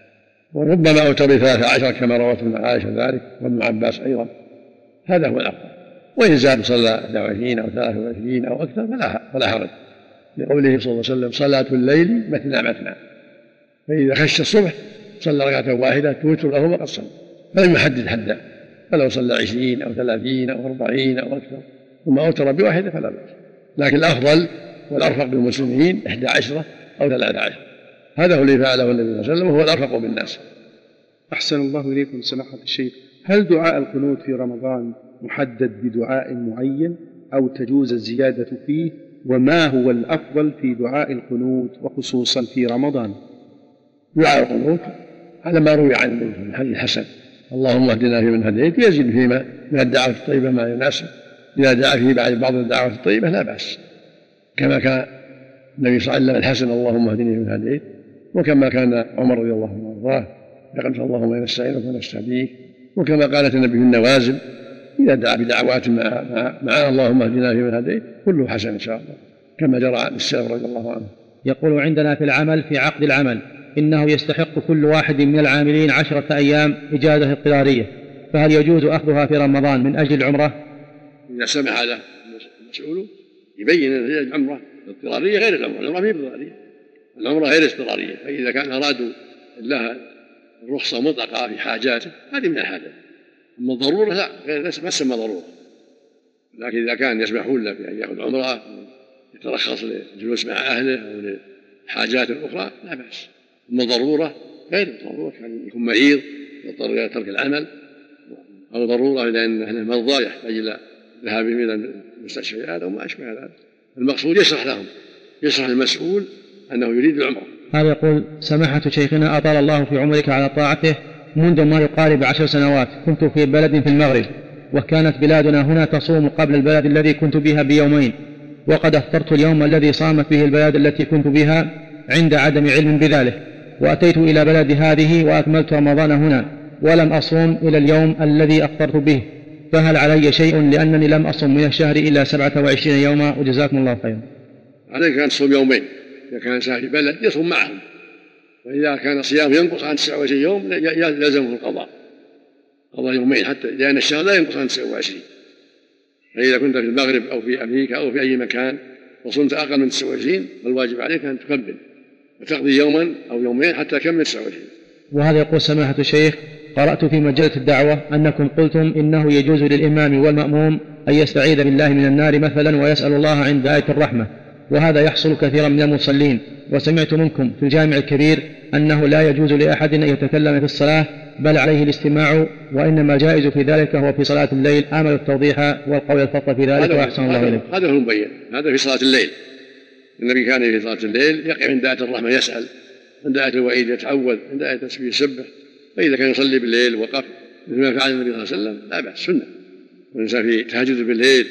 وربما أوتى بثلاثة عشر كما رواه ابن عائشة ذلك وابن عباس أيضا، هذا هو الأفضل. وإن زاد صلى إحدى وعشرين أو ثلاثة وعشرين أو أكثر فلا حرج، لقوله صلى الله عليه وسلم: صلاة الليل مثنى مثنى، فإذا خش الصبح صلى ركعة واحدة توتر له وقد صلى، فلم يحدد حدا، فلو صلى عشرين أو ثلاثين أو أربعين أو أكثر ثم أوتر بواحدة فلا بأس، لكن الأفضل والأرفق بالمسلمين إحدى عشرة أو ثلاثة عشر، هذا هو الذي فعله النبي صلى الله عليه وسلم وهو الأرفق بالناس. أحسن الله إليكم سماحة الشيخ. هل دعاء القنوت في رمضان محدد بدعاء معين أو تجوز الزيادة فيه؟ وما هو الأفضل في دعاء القنوت وخصوصا في رمضان؟ دعاء القنوت على ما روي عن النبي في الحديث الحسن: اللهم اهدنا فيمن هديت، يزيد فيما من الدعوة الطيبة ما يناسب، إذا دعا فيه بعد بعض الدعوات الطيبة لا بأس، كما كان النبي صلى الله عليه وسلم الحسن: اللهم اهدني فيمن هديت، وكما كان عمر رضي الله عنه وارضاه: لقد اللهم نستعينك ونستهديك، وكما قالت النبي في النوازل إذا دعا بدعوات مع, مع, مع اللهم اهدنا فيمن هديت كله حسن إن شاء الله، كما جرى بالسلف رضي الله عنه. يقول: عندنا في العمل في عقد العمل إنه يستحق كل واحد من العاملين عشرة أيام إجازة اضطرارية، فهل يجوز أخذها في رمضان من أجل العمرة؟ إذا سمح له المسؤول يبين أن هي العمرة الاضطرارية غير العمرة، العمرة هي اضطرارية، العمرة غير اضطرارية، فإذا كان أرادوا لها الرخصة مطلقة في حاجاته هذه من الحاجات، أما الضرورة لا، غير ما تسمى ضرورة، لكن إذا كان يسمحون له بأن يأخذ عمرة يترخص للجلوس مع أهله أو لحاجات أخرى لا بأس، أما الضرورة غير الضرورة، كان يكون مريض يضطر إلى ترك العمل، أو ضرورة لأن أهله مرضى يحتاج إلى ذهابهم إلى المستشفيات أو ما أشبه ذلك، المقصود يشرح لهم، يشرح المسؤول أنه يريد العمرة. هذا يقول: سماحة شيخنا أطال الله في عمرك على طاعته، منذ ما يقارب عشر سنوات كنت في بلد في المغرب، وكانت بلادنا هنا تصوم قبل البلد الذي كنت بها بيومين، وقد أفطرت اليوم الذي صامت به البلد التي كنت بها عند عدم علم بذلك، وأتيت إلى بلد هذه وأكملت رمضان هنا ولم أصوم إلى اليوم الذي أفطرت به، فهل علي شيء لأنني لم أصم من الشهر إلا سبعة وعشرين يوما؟ وجزاكم الله خيرا. عليك أن تصوم يومين إذا كان سافر بلد يصوم معهم، وإذا كان صيام ينقص عن تسعة وعشرين يوم يلزمه القضاء، قضاء يومين، حتى لأن الشهر لا ينقص عن تسعة وعشرين. فإذا كنت في المغرب أو في أمريكا أو في أي مكان وصمت أقل من تسعة وعشرين فالواجب عليك أن تكمل وتقضي يوما أو يومين حتى تكمل تسعة وعشرين. وهذا يقول سماحة الشيخ: قرأت في مجلة الدعوة أنكم قلتم إنه يجوز للإمام والمأموم أن يستعيذ بالله من النار مثلا ويسأل الله عند آية الرحمة، وهذا يحصل كثيرا من المصلين، وسمعت منكم في الجامع الكبير أنه لا يجوز لأحد أن يتكلم في الصلاة بل عليه الاستماع، وإنما جائز في ذلك هو في صلاة الليل. آمل التوضيح والقول الفصل في ذلك وأحسن الله إليك. هذا هو المبين، هذا في صلاة الليل. النبي كان في صلاة الليل يقف عند آية الرحمة يسأل، عند آية الوعيد يتعوذ، عند آية التسبيح يسبح. فإذا كان يصلي بالليل وقف مثل ما فعل النبي صلى الله عليه وسلم لا بأس، سنة. والإنسان في تهجد بالليل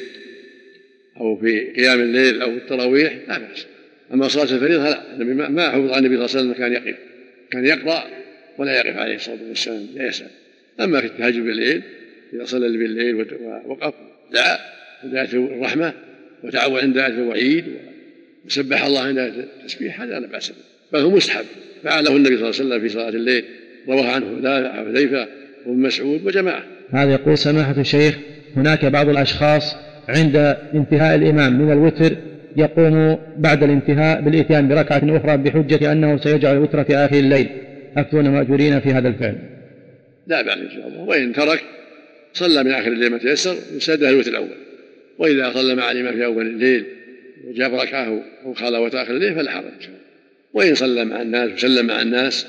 أو في قيام الليل أو التراويح لا بأس. أما صلاة الفريضة لا، النبي ما حفظ عن النبي صلى الله عليه وسلم كان يقف، كان يقرأ ولا يقف عليه الصلاة والسلام، لا يسأل. أما في التهجد بالليل إذا صلى بالليل ووقف دعا عند آية الرحمة وتعوذ عند آية الوعيد وسبح الله عند آية التسبيح، هذا لا بأس به، بل هو مستحب، فعله النبي صلى الله عليه وسلم في صلاة الليل، رواه عنه حذيفة وابن مسعود وجماعة. هذا يقول سماحة الشيخ: هناك بعض الأشخاص عند انتهاء الإمام من الوتر يقوم بعد الانتهاء بالإتيان بركعة أخرى بحجة أنه سيجعل الوتر في آخر الليل، أفتون مأجورين في هذا الفعل؟ لا بأس إن شاء الله، وإن ترك صلى من آخر الليل ما تيسر وسادها الوتر الأول، وإذا صلى مع الإمام في أول الليل وجاب ركعه أو خلوة آخر الليل فلا حرج إن شاء الله. وإن صلى مع الناس وسلم مع الناس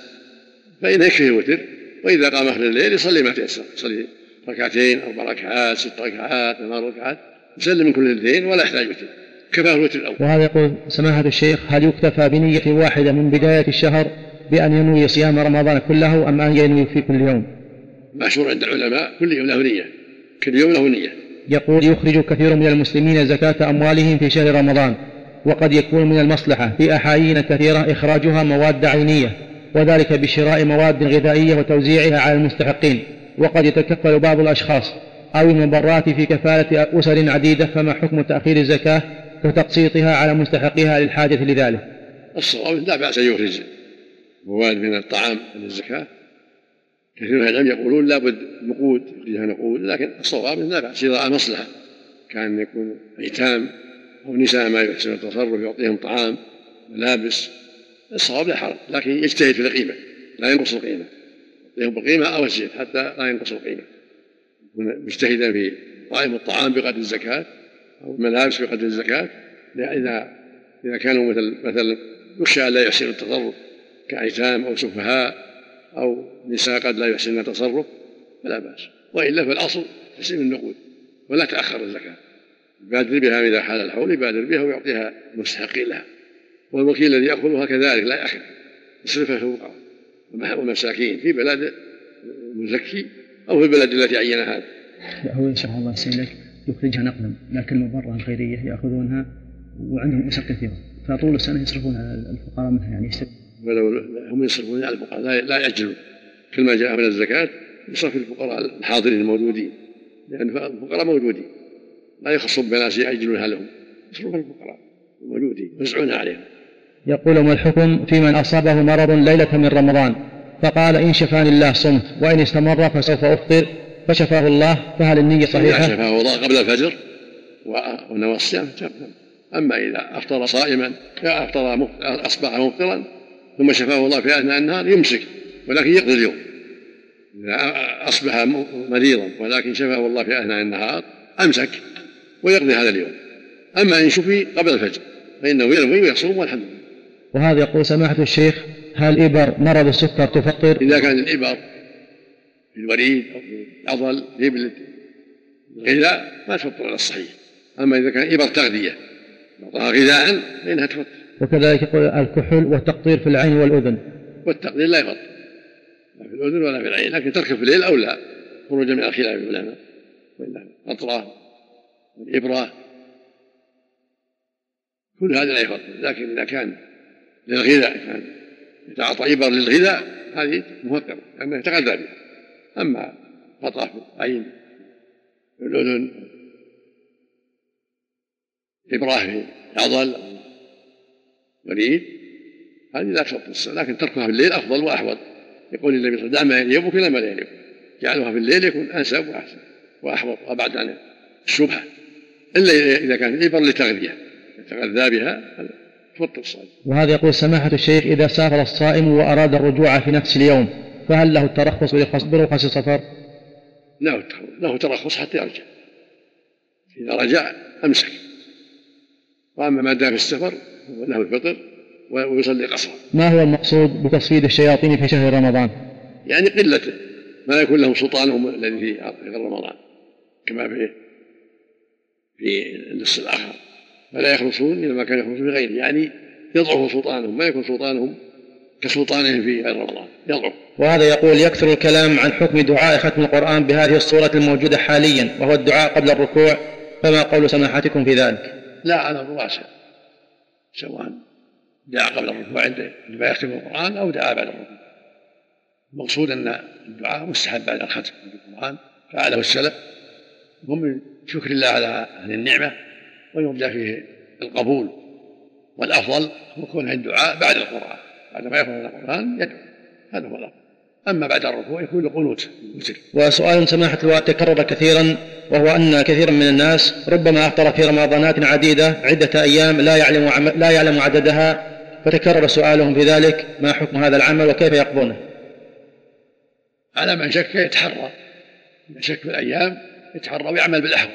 فإن يكفيه الوتر، وإذا قام آخر الليل يصلي ما تيسر، يصلي ركعتين أربع ركعات ست ركعات ثمان ركعات، يسلم من كل الاثنين ولا يحتاج وتر، كفاه الوتر الأول. وهذا يقول سماحة الشيخ: هل يكتفى بنية واحدة من بداية الشهر بأن ينوي صيام رمضان كله أم أن ينوي في كل يوم؟ مشهور عند العلماء كل يوم له نية، كل يوم له نية. يقول: يخرج كثير من المسلمين زكاة أموالهم في شهر رمضان، وقد يكون من المصلحة في أحايين كثيرة إخراجها مواد عينية، وذلك بشراء مواد غذائية وتوزيعها على المستحقين، وقد يتكفل بعض الأشخاص أو المبرات في كفالة أسر عديدة، فما حكم تأخير الزكاة وتقسيطها على مستحقيها للحاجة لذلك؟ الصواب لا بأس أن يخرج مواد من الطعام من الزكاة، كثير من العلماء يقولون لا بد نقود يخرجها نقود، لكن الصواب لا بأس إذا رأى مصلحة، كان يكون أيتام أو نساء ما يحسن التصرف يعطيهم طعام ملابس، الصواب لا حرج، لكن يجتهد في القيمة لا ينقص القيمة، يعطيهم بالقيمة أو الزيت حتى لا ينقص القيمة، يكون مجتهدا في طعام الطعام بقدر الزكاة أو الملابس بقدر الزكاة، إذا إذا كانوا مثل مثلا يخشى أن لا يحسن التصرف كأيتام أو سفهاء أو نساء قد لا يحسن التصرف فلا بأس، وإلا فالأصل تسليم النقود ولا تأخر الزكاة، يبادر بها إذا حال الحول، يبادر بها ويعطيها المستحقين لها، والوكيل الذي يأخذها كذلك لا يأخذ، يصرفها في الفقراء والمساكين في بلد المزكي أو في البلد التي عينها هذا. هو إن شاء الله يسلمك يخرجها نقدا، لكن المبرة الخيرية يأخذونها وعندهم أسر كثيرة، فطول السنة يصرفون على الفقراء منها، يعني ولو هم يصرفون على الفقراء لا يأجلون، كل ما جاء من الزكاة يصرف الفقراء الحاضرين الموجودين، لأن الفقراء موجودين لا يخصون بناس يأجلونها لهم، يصرف الفقراء الموجودين يوزعون عليهم. يقول: ما الحكم في من أصابه مرض ليلة من رمضان فقال إن شفاني الله صمت وإن استمر فسوف أفطر فشفاه الله، فهل النية صحيحة؟ شفاه الله قبل الفجر ونوى الصيام. أما إذا أفطر صائما أفطر أصبح مفطرا ثم شفاه الله في أثناء النهار يمسك ولكن يقضي اليوم. إذا أصبح مريضا ولكن شفاه الله في أثناء النهار أمسك ويقضي هذا اليوم. أما إن شفي قبل الفجر فإنه ينوي ويصوم والحمد لله. وهذا يقول سماحة الشيخ: هل إبر مرض السكر تفطر؟ إذا كان الإبر في الوريد أو في العضل في الغذاء ما تفطر على الصحيح، أما إذا كان إبر تغذية أعطاها غذاء فإنها تفطر. وكذلك يقول الكحول والتقطير في العين والأذن. والتقطير لا يفطر لا في الأذن ولا في العين، لكن تركه في الليل أو لا، خروجا من الخلاف العلماء، وإلا قطرة الإبرة كل هذا لا يفضل. لكن إذا كان للغذاء كان يتعاطى إبر للغذاء هذه مفطرة لأنه يتغذى بها. أما قطع في العين في الأذن إبرة في العضل وريد هذه لا تفطر الصلاة، لكن تركها في الليل أفضل وأحوط. يقول النبي صلى الله عليه وسلم: دع ما يريبك إلى ما لا يريبك. جعلها في الليل يكون أنسب وأحسن وأحوط وأبعد عن الشبهة، إلا إذا كان إبر لتغذية يتغذى بها تفطر الصلاة. وهذا يقول سماحة الشيخ: إذا سافر الصائم وأراد الرجوع في نفس اليوم فهل له الترخص برخص السفر؟ له له ترخص حتى يرجع، إذا رجع أمسك. وأما ما دام في السفر له الفطر ويصلي قصرا. ما هو المقصود بتصفيد الشياطين في شهر رمضان؟ يعني قلة ما يكون لهم سلطانهم الذي في غير رمضان كما في في النص الآخر، فلا يخلصون إلى ما كان يخلصون في غيره، يعني يضعف سلطانهم، ما يكون سلطانهم كسلطانهم في غير رمضان، يضعف. وهذا يقول: يكثر الكلام عن حكم دعاء ختم القرآن بهذه الصورة الموجودة حاليا وهو الدعاء قبل الركوع، فما قول سماحتكم في ذلك؟ لا، على الراسة سواء دعاء قبل الركوع عندما يختم القرآن أو دعاء بعد الركوع. المقصود أن الدعاء مستحب بعد الختم القرآن، فعله السلف هم من شكر الله على هذه النعمة ويرجى فيه القبول، والأفضل هو كون الدعاء بعد القرآن، بعد ما يخرج القرآن يدعو، هذا هو الأفضل. أما بعد الركوع يكون القنوت. وسؤال سماحة الوقت تكرر كثيرا، وهو أن كثيرا من الناس ربما أفطر في رمضانات عديدة عدة أيام لا يعلم عم... لا يعلم عددها، فتكرر سؤالهم في ذلك: ما حكم هذا العمل وكيف يقضونه؟ على من شك يتحرى، من شك في الأيام يتحرى ويعمل بالأحوال،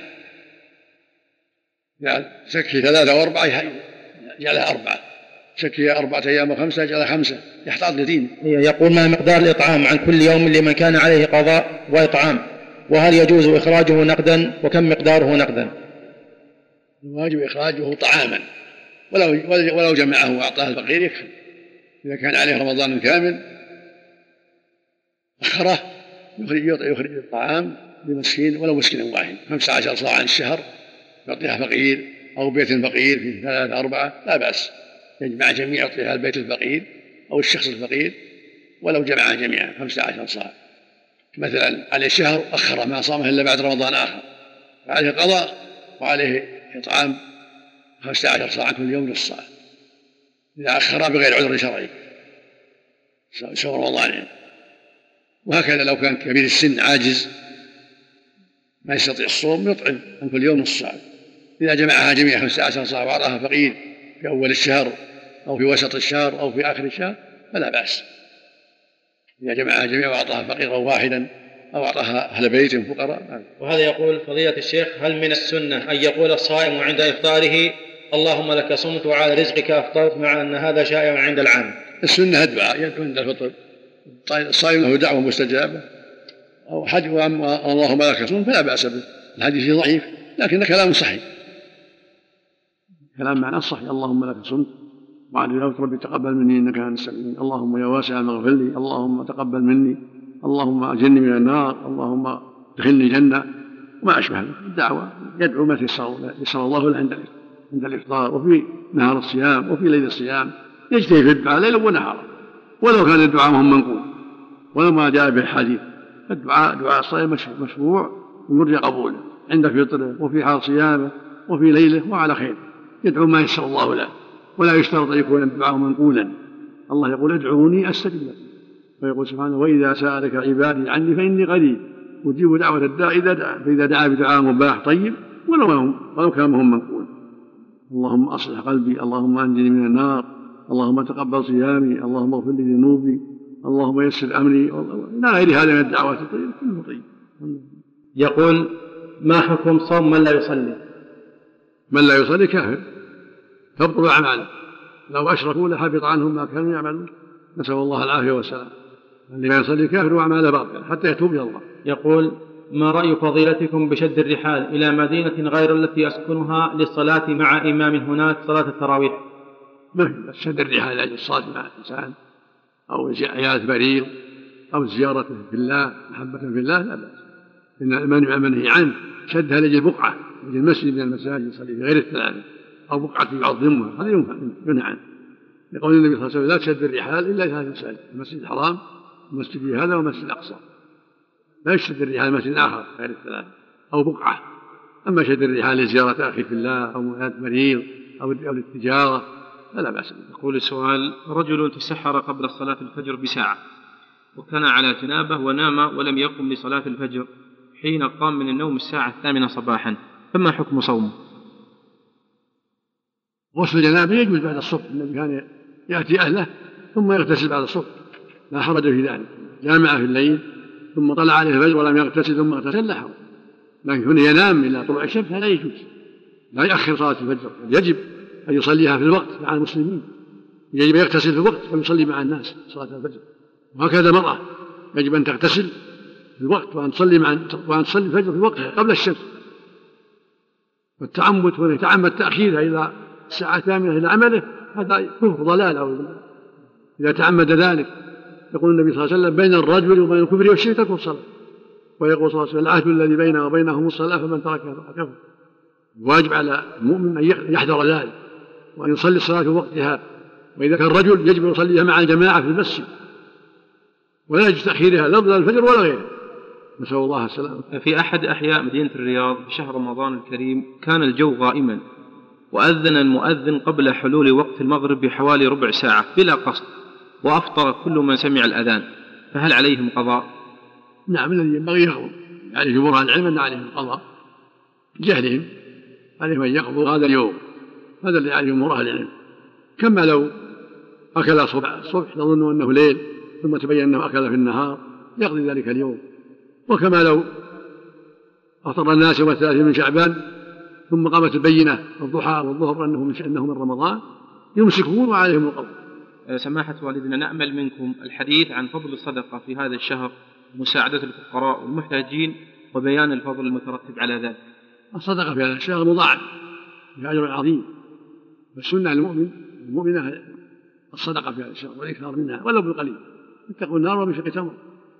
يعني شك في ثلاثة وأربعة يجعلها أربعة، شك في أربعة أيام وخمسة يجعلها خمسة، يحتاط لدينه. يقول: ما مقدار الإطعام عن كل يوم لمن كان عليه قضاء وإطعام؟ وهل يجوز إخراجه نقدا؟ وكم مقداره نقدا؟ الواجب إخراجه طعاما، ولو, ولو جمعه وأعطاه الفقير يكفي. إذا كان عليه رمضان كامل أخره يخرج الطعام لمسكين ولو مسكين واحد، خمسة عشر صاعا الشهر يعطيها فقير أو بيت فقير في ثلاثة أربعة لا بأس، يجمع جميع يعطيها البيت الفقير أو الشخص الفقير ولو جمعها جميعا خمسة عشر صاع. مثلا عليه شهر أخر ما صامه إلا بعد رمضان آخر، فعليه قضاء وعليه إطعام خمسة عشر صاع كل يوم نصف صاع إذا أخر بغير عذر شرعي شهر رمضان يعني. وهكذا لو كان كبير السن عاجز ما يستطيع الصوم يطعم عن كل يوم نصف صاع، إذا جمعها جميع خمسة عشر صاع وأعطاها فقير في أول الشهر أو في وسط الشهر أو في آخر الشهر فلا بأس. إذا جمعها جميع وأعطاها فقيرا واحدا أو أعطاها أهل بيت فقراء. وهذا يقول: فضيلة الشيخ، هل من السنة أن يقول الصائم عند إفطاره: اللهم لك صمت وعلى رزقك أفطرت، مع أن هذا شائع عند العام؟ السنة الدعاء يدعو عند الفطر، الصائم له دعوة مستجابة أو حج وأما اللهم لك صمت فلا بأس به، الحديث ضعيف لكن كلام صحيح، كلام معناه صحيح: اللهم لك صمت وعلى رزقك ربي تقبل مني إنك أنت السميع، اللهم يا واسع المغفر لي، اللهم تقبل مني، اللهم أجرني من النار، اللهم ادخلني جنة وما أشبه الدعوة. يدعو ما يسر الله له عند الإفطار وفي نهار الصيام وفي ليل الصيام، يجتهد في الدعاء ليلا ونهارا ولو كان الدعاء هم منقول ولما جاء به الحديث. الدعاء دعاء الصائم مشروع ويرجى قبوله عند فطره وفي حال صيامه وفي ليله وعلى خير، يدعو ما يسر الله له ولا يشترط أن يكون الدعاء منقولا. الله يقول: ادعوني أستجب لكم، ويقول سبحانه: وإذا سألك عبادي عني فإني قريب أجيب دعوة الداعي إذا دعا، فإذا دعا بدعاء مباح طيب ولو ولو كان هم منقول. اللهم أصلح قلبي، اللهم أنجني من النار، اللهم تقبل صيامي، اللهم اغفر لي ذنوبي، اللهم يسر أمري، إلى غير هذا من الدعوات الطيبة كله طيب. يقول: ما حكم صوم من لا يصلي؟ من لا يصلي كافر تبطل أعماله، لو أشركوا لحبط عنهم ما كانوا يعملون، نسأل الله العافية والسلام. اللي ما يصلي كافر وأعماله باطلة حتى يتوب إلى الله. يقول: ما رأي فضيلتكم بشد الرحال إلى مدينة غير التي أسكنها للصلاة مع إمام هناك صلاة التراويح؟ ما في شد الرحال لأجل الصلاة مع الإنسان أو عيادة مريض أو زيارته في الله محبة في الله لا بأس، إن المنع منهي عنه شدها لأجل بقعة لأجل مسجد من المساجد يصلي في غير الثلاثة أو بقعة يعظمها هذا ينهى عنه، لقول النبي صلى الله عليه وسلم لا تشد الرحال إلا إلى هذه المساجد، المسجد الحرام ومسجد هذا ومسجد الأقصى، لا يشد الرحال مسجد آخر غير الثلاث أو بقعة. أما شد الرحال لزيارة أخي في الله أو معادة مريض أو للتجارة فلا بأس. يقول السؤال: رجل تسحر قبل صلاة الفجر بساعة وكان على جنابه ونام ولم يقم لصلاة الفجر، حين قام من النوم الساعة الثامنة صباحا، فما حكم صومه؟ غسل الجنابة يجوز بعد الصبح، النبي كان يأتي أهله ثم يغتسل بعد الصبح لا حرج في ذلك. جامع في الليل ثم طلع عليه الفجر ولم يغتسل ثم اغتسل لا حرج، لكن هنا ينام إلى طلوع الشمس هذا يجوز، لا يؤخر صلاة الفجر، يجب أن يصليها في الوقت مع المسلمين، يجب أن يغتسل في الوقت ويصلي مع الناس صلاة الفجر. وهكذا المرأة يجب أن تغتسل في الوقت وأن تصلي مع وأن تصلي الفجر في وقتها قبل الشمس. والتعمد ويتعمد تأخيرها إلى الساعة الثامنة إلى عمله هذا كفر ضلال، أو إذا تعمد ذلك يقول النبي صلى الله عليه وسلم: بين الرجل وبين الكفر والشرك ترك الصلاة. ويقول صلى الله عليه وسلم: العهد الذي بيننا وبينهم الصلاة فمن تركها فقد كفر. واجب على المؤمن أن يحذر ذلك وأن يصلي الصلاة في وقتها، وإذا كان الرجل يجب أن يصليها مع الجماعة في المسجد ولا يجوز تأخيرها لا ضد الفجر ولا غيره، نسأل الله السلامة. في أحد أحياء مدينة الرياض في شهر رمضان الكريم كان الجو غائما، وأذن المؤذن قبل حلول وقت المغرب بحوالي ربع ساعة بلا قصد، وأفطر كل من سمع الأذان، فهل عليهم قضاء؟ نعم، الذي ينبغي يقضوا، يعني جمهور العلم أن عليهم القضاء جهلهم، عليهم أن يقضوا هذا اليوم، هذا اللي عليه جمهور العلم. كما لو أكل الصبح نظن أنه ليل ثم تبين أنه أكل في النهار يقضي ذلك اليوم. وكما لو أفطر الناس يوم الثلاثين من شعبان ثم قامت البينة الضحى والظهر أنه من أنه من رمضان يمسكون وعليهم القضاء. سماحة والدنا، نأمل منكم الحديث عن فضل الصدقة في هذا الشهر، مساعدة الفقراء والمحتاجين، وبيان الفضل المترتب على ذلك. الصدقة في هذا الشهر مضاعف بأجر عظيم، والسنة للمؤمن المؤمنة الصدقة في هذا الشهر والإكثار منها ولو بالقليل، اتقوا النار وبشق تمر.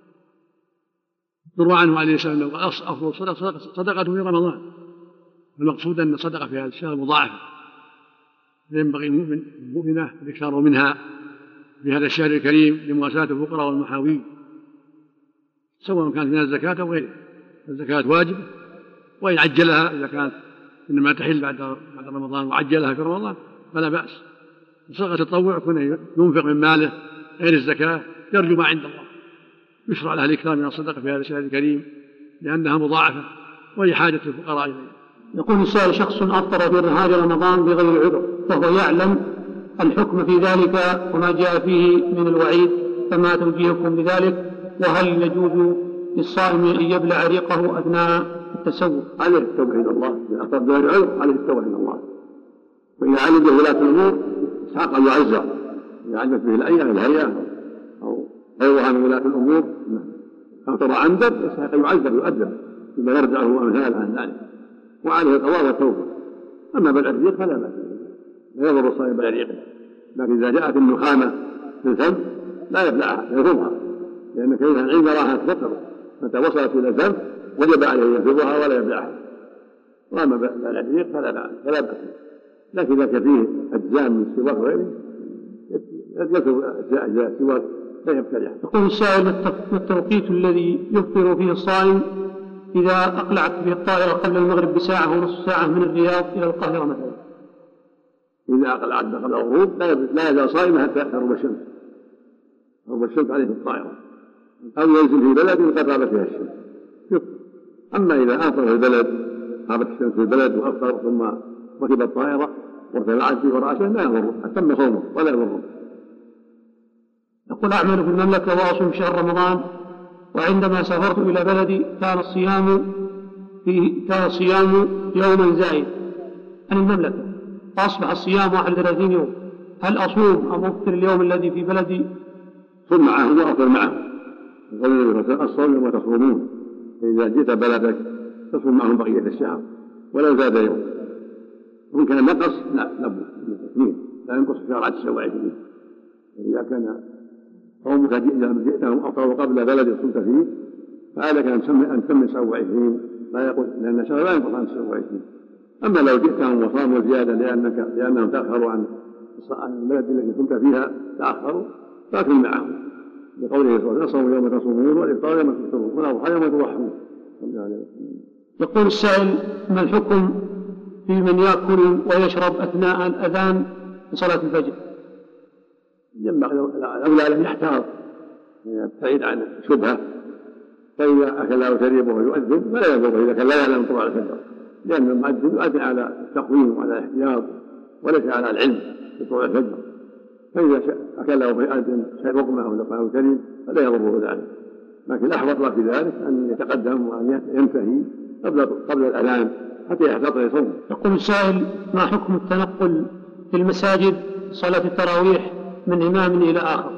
روى عنه عليه السلام أنه قال: أفضل صدقة صدقة في رمضان. المقصود أن الصدقة في هذا الشهر مضاعفة، فينبغي المؤمن المؤمنة الإكثار منها في هذا الشهر الكريم لمواساة الفقراء والمحاوين، سواء كانت من الزكاة أو غيرها. الزكاة واجبة، وإن عجلها إذا كانت إنما تحل بعد بعد رمضان وعجلها في رمضان فلا بأس. صدقة التطوع كن ينفق من ماله غير الزكاة يرجو ما عند الله، يشرع لها الإكثار من الصدقة في هذا الشهر الكريم لأنها مضاعفة ولحاجة الفقراء إليها. يقول السائل: شخص أفطر في نهار رمضان بغير عذر وهو يعلم الحكم في ذلك وما جاء فيه من الوعيد، فما توجيهكم بذلك؟ وهل يجوز للصائم أن يبلع ريقه أثناء التسوق؟ عليه التوبة إلى الله، إذا أفطر بغير عذر عليه التوبة إلى الله. وإذا علم به ولاة الأمور استحق أن يعزر، إذا علمت به الأيام الهيئة أو غيرها من ولاة الأمور أفطر عمدا يستحق أن يعزر يؤدب بما يرجعه وأمثال عن ذلك، وعليه القضاء والتوبة. أما بلع الريق فلا بأس، لا يضر الصائم بلع ريقه، لكن إذا جاءت النخامة في الفم لا يبلعها ينفضها، لأن كلمة العلم راها تفطر، متى وصلت إلى الفم وجب عليه ينفضها ولا يبلعها. وأما بلع الريق فلا بأس فلا بأس، لكن إذا فيه أجزاء من السواك وغيره يذكر أجزاء السواك لا يبتلعها. يقول السائل: ما التوقيت الذي يفطر فيه الصائم إذا أقلعت به الطائرة قبل المغرب بساعة ونصف ساعة من الرياض إلى القاهرة مثلا؟ إذا أقلعت قبل الغروب لا يزال صائما حتى تغرب الشمس، تغرب الشمس عليه الطائرة، أو ينزل في بلد قد غابت فيها الشمس. أما إذا أفطر في البلد، غابت الشمس في البلد وأفطر ثم ركب الطائرة وارتفعت به رأسه لا يضر، أتم صومه ولا يضره. يقول: أعمل في المملكة وأصوم شهر رمضان، وعندما سافرت إلى بلدي كان الصيام فيه كان الصيام يوما زائد عن المملكة، فأصبح الصيام واحد وثلاثين يوم، هل أصوم أم أفطر اليوم الذي في بلدي؟ صم معه وأفطر معه، يقول النبي الصوم يوم تصومون، فإذا جئت بلدك تصوم معهم بقية الشهر ولو زاد يوم، وإن كان نقص لا لابد من التكميل، لا ينقص الشهر عن تسعة وعشرين. إذا كان قومك جئتهم أفطروا قبل بلد صمت فيه فعليك أن تسمي تسمي تسعة وعشرين، لا يقول لأن الشهر لا ينقص عن تسعة وعشرين، أما لو جئتهم وصاموا زيادة لأنك لأنهم تأخروا عن البلد التي كنت فيها تأخروا فأكل معهم لقوله صلى الله عليه وسلم صوموا يوم تصومون والإفطار يوم تفطرون والأضحى يوم تضحون. يقول السائل: ما الحكم في من يأكل ويشرب أثناء الأذان لصلاة الفجر؟ ينبغي الأولى أن يحتاط يبتعد عن الشبهة، فإذا أكل أو شرب وهو يؤذن فلا يضره إذا كان لا يعلم طلوع الفجر، لأن المؤذن يؤذن على التقويم وعلى الاحتياط وليس على العلم بطلوع الفجر، فإذا أكل أو يؤذن لقمة أو لقمة أو شرب فلا يضره ذلك، لكن الأحوط له في ذلك أن يتقدم وأن ينتهي قبل قبل الأذان حتى يحتاط لصومه. يقول السائل: ما حكم التنقل في المساجد صلاة التراويح من إمام إلى آخر؟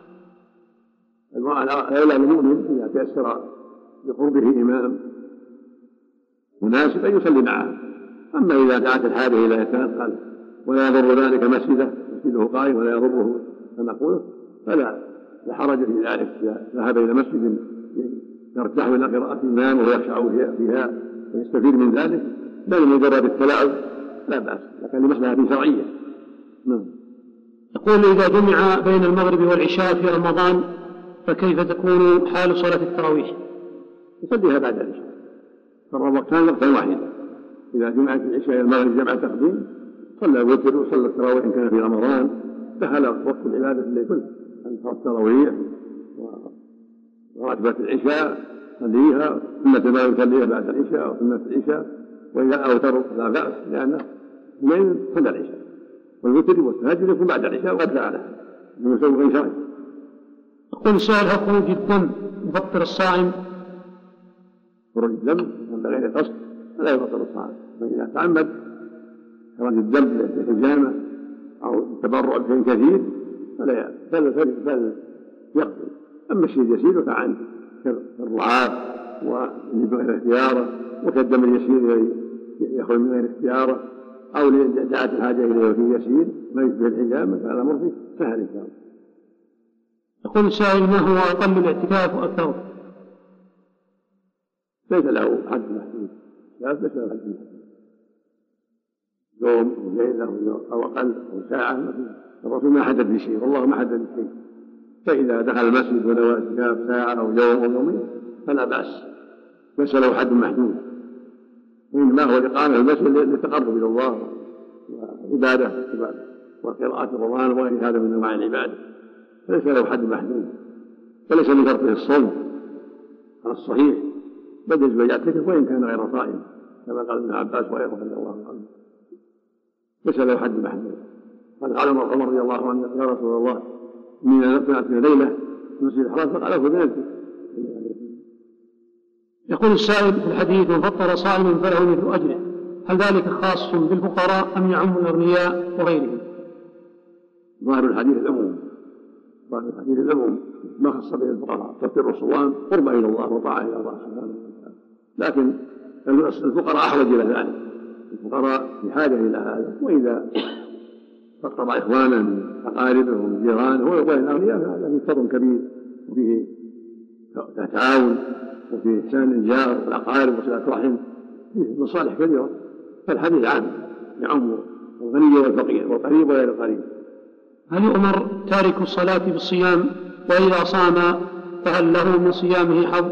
الأولى المؤمن إذا تيسر بقربه إمام مناسب أن يصلي معه، أما إذا دعت الحاجة إلى يتنقل ولا يضر ذلك مسجده مسجده قائم ولا يضره تنقله فلا حرج في ذلك. إذا ذهب إلى مسجد يرتاح إلى قراءة الإمام ويخشع فيها ويستفيد من ذلك لا لمجرد التلاعب لا بأس، لكن لمصلحة شرعية. نعم. يقول: إذا جمع بين المغرب والعشاء في رمضان فكيف تكون حال صلاة التراويح؟ يصليها بعد العشاء، فالوقتان وقتا واحدا. إذا جمعت العشاء المغرب جمع تقديم صلى الوتر وصلى التراويح إن كان في رمضان، دخل وقت العبادة في الليل كله، أن صلى التراويح وراتبة العشاء صليها، سنة المغرب صليها بعد العشاء وسنة العشاء، وإذا أوتروا لا بأس لأنه الليل صلى العشاء، والوتر والتهجد يكون بعد العشاء وقد فعله من سوء غير شرعي. يقول السائل: هل خروج الدم يفطر الصائم؟ خروج الدم بغير قصد فلا يفطر الصائم، فإذا تعمد خروج الدم بالحجامة أو التبرع بشيء كثير فلا فلا يقتل. أما الشيء اليسير فعن كالرعاة واللي بغير اختياره وكالدم اليسير الذي يخرج من غير اختياره أو دعت الحاجة إليه وفيه يسير ما يشبه الحجامة فهذا أمر فيه سهل إن شاء الله. يقول السائل: ما هو أقل الاعتكاف وأكثره؟ ليس له حد محدود، ليس له حد محدود، يوم أو ليلة أو أقل أو ساعة، الرسول ما حدد بشيء والله ما حدد بشيء، فإذا دخل المسجد ونوى اعتكاف ساعة أو يوم أو يومين فلا بأس، ليس له حد محدود، وإنما هو الإقامة في المسجد للتقرب إلى الله وعبادة وقراءة القرآن وغير هذا من أنواع العبادة، فليس له حد محدود، فليس من شرطه الصوم على الصحيح، بل يجب أن يعتكف وإن كان غير صائم كما قال ابن عباس وغيره رضي الله عنه، ليس له حد محدود. قال قال عمر رضي الله عنه: يا رسول الله إني نطلعت ليلة في المسجد الحرام، فقال له بنفسه. يقول السائل: في الحديث: من فطر صائما فله مثل أجره، هل ذلك خاص بالفقراء أم يعم الأغنياء وغيرهم؟ ظاهر الحديث العموم، ظاهر الحديث العموم ما خص به الفقراء، تفطير الصوام قرب إلى الله وطاعة إلى الله سبحانه وتعالى، لكن الفقراء أحوج إلى ذلك، الفقراء في حاجة إلى هذا، وإذا فطر إخوانا من أقاربه ومن جيرانه والأغنياء فهذا فيه فضل كبير وفيه تعاون وفيه إحسان الجار والأقارب وصلة رحم، فيه مصالح كثيرة، فالحديث عام يعم الغني والفقير والقريب وغير القريب. هل يؤمر تارك الصلاة بالصيام؟ وإذا صام فهل له من صيامه حظ؟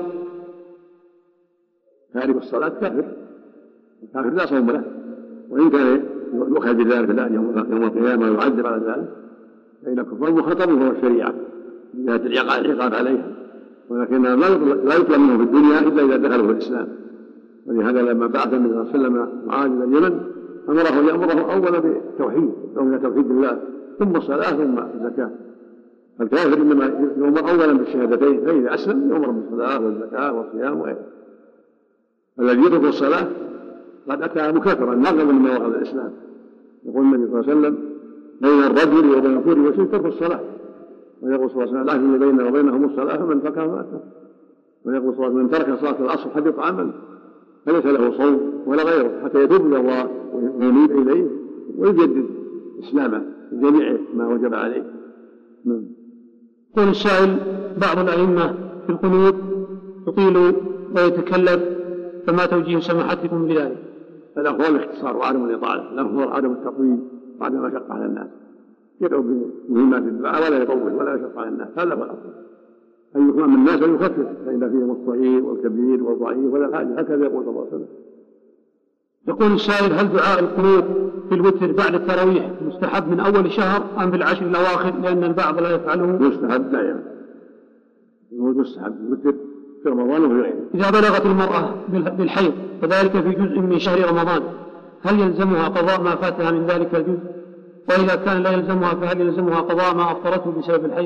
تارك الصلاة كافر، الكافر لا صوم له، وإن كان يؤخذ بذلك الآن يوم القيامة ويعذب على ذلك، فإن الكفار مخاطبون هو الشريعة من جهة العقاب عليها، ولكنها لا يطلب منه في الدنيا إلا إذا دخلوا في الإسلام. ولهذا لما بعث النبي صلى الله عليه وسلم معاذ إلى اليمن أمره أن يأمره أولا بالتوحيد، يوم توحيد الله، ثم الصلاة ثم الزكاة. فالكافر إنما يؤمر أولا بالشهادتين، فإذا أسلم يؤمر بالصلاة والزكاة والصيام وغيره. الذي يترك الصلاة قد أتى مكافرا ناقضا من نواقض الإسلام. يقول النبي صلى الله عليه وسلم: بين الرجل وبين الكفر والشرك ترك الصلاة، ويقول صلى الله عليه وسلم: لا بيننا وبينهم الصلاة فمن تركها فأتى. ويقول صلى الله عليه وسلم: من ترك صلاة العصر حبط عمله، فليس له صوم ولا غيره حتى يتوب إلى الله وينيب إليه ويجدد إسلامه بجميع ما وجب عليه. يقول السائل: بعض الأئمة في القنوت يطيل ويتكلف، فما توجيه سماحتكم بذلك؟ الأفضل الاختصار وعدم الإطالة، الأفضل عدم التطويل وعدم المشقة على الناس، يدعو بمهمات الدعاء ولا يطول ولا يشق على الناس، هذا هو الأفضل. أن يكون الناس ويخفف فإن فيهم الصغير والكبير والضعيف ولا حاجة، هكذا يقول صلى الله عليه وسلم. يقول السائل: هل دعاء القنوت في الوتر بعد التراويح مستحب من أول شهر أم في العشر الأواخر؟ لأن البعض لا يفعله. مستحب دائما، هو مستحب الوتر في رمضان وفي غيره. إذا بلغت المرأة بالحيض وذلك في جزء من شهر رمضان، هل يلزمها قضاء ما فاتها من ذلك الجزء؟ وإذا كان لا يلزمها فهل يلزمها قضاء ما أفطرته بسبب الحيض؟